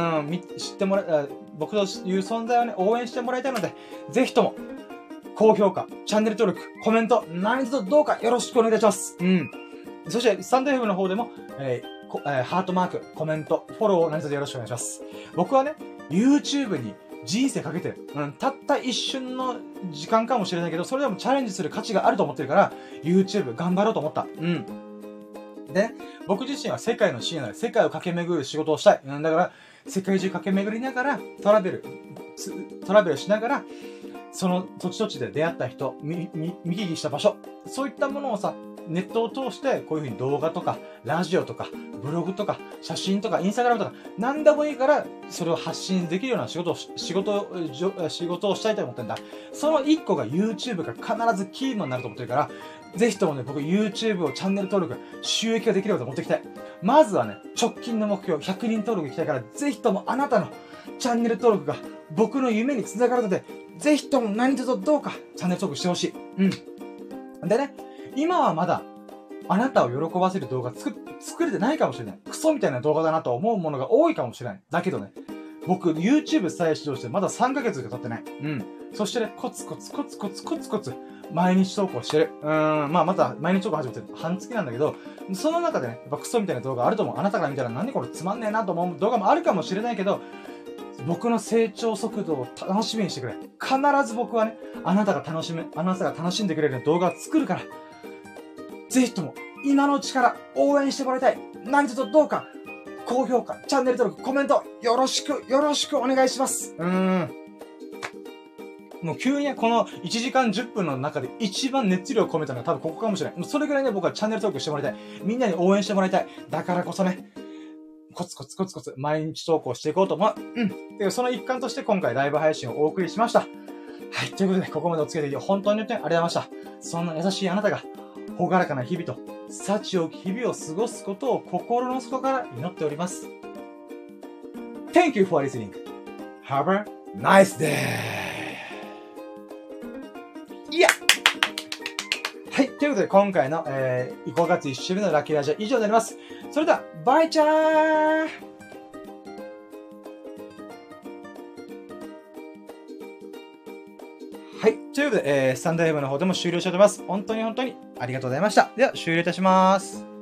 僕という存在をね、応援してもらいたいので、ぜひとも、高評価、チャンネル登録、コメント、何卒どうかよろしくお願いいたします。そして、スタンド FM の方でも、ハートマーク、コメント、フォローを何卒よろしくお願いします。僕はね、YouTube に人生かけてる。たった一瞬の時間かもしれないけど、それでもチャレンジする価値があると思ってるから、YouTube 頑張ろうと思った。で、僕自身は世界の深夜で世界を駆け巡る仕事をしたい。だから、 世界中駆け巡りながら、トラベルしながら、その土地土地で出会った人、見聞きした場所、そういったものをさ、ネットを通して、こういう風に動画とか、ラジオとか、ブログとか、写真とか、インスタグラムとか、何でもいいから、それを発信できるような仕事をしたいと思ってんだ。その一個が YouTube が必ずキーマンになると思ってるから、ぜひともね、僕 YouTube をチャンネル登録、収益ができるように持っていきたい。まずはね、直近の目標、100人登録いきたいから、ぜひともあなたのチャンネル登録が僕の夢につながるので、ぜひとも何卒どうかチャンネル登録してほしい。うん。でね、今はまだ、あなたを喜ばせる動画作れてないかもしれない。クソみたいな動画だなと思うものが多いかもしれない。だけどね、僕、YouTube さえ指導してまだ3ヶ月しか経ってない。そしてね、コツコツ、毎日投稿してる。また毎日投稿始めてる。半月なんだけど、その中でね、やっぱクソみたいな動画あると思う。あなたから見たら何これつまんねえなと思う動画もあるかもしれないけど、僕の成長速度を楽しみにしてくれ。必ず僕はね、あなたが楽しんでくれる動画を作るから、ぜひとも、今のうちから応援してもらいたい。何卒どうか、高評価、チャンネル登録、コメント、よろしくお願いします。もう急にこの1時間10分の中で一番熱量を込めたのが多分ここかもしれない。もうそれぐらいね、僕はチャンネル登録してもらいたい。みんなに応援してもらいたい。だからこそね、コツコツ、毎日投稿していこうと思う。で、その一環として今回ライブ配信をお送りしました。はい、ということで、ここまでお付き合いできて本当にありがとうございました。そんな優しいあなたが、ほがらかな日々と、幸多き日々を過ごすことを心の底から祈っております。Thank you for listening. Have a nice day! いやはい、ということで今回の、5月1週目のラッキーラジオ以上になります。それでは、バイチャーはい。ということで、スタンドFMの方でも終了しております。本当にありがとうございました。では、終了いたします。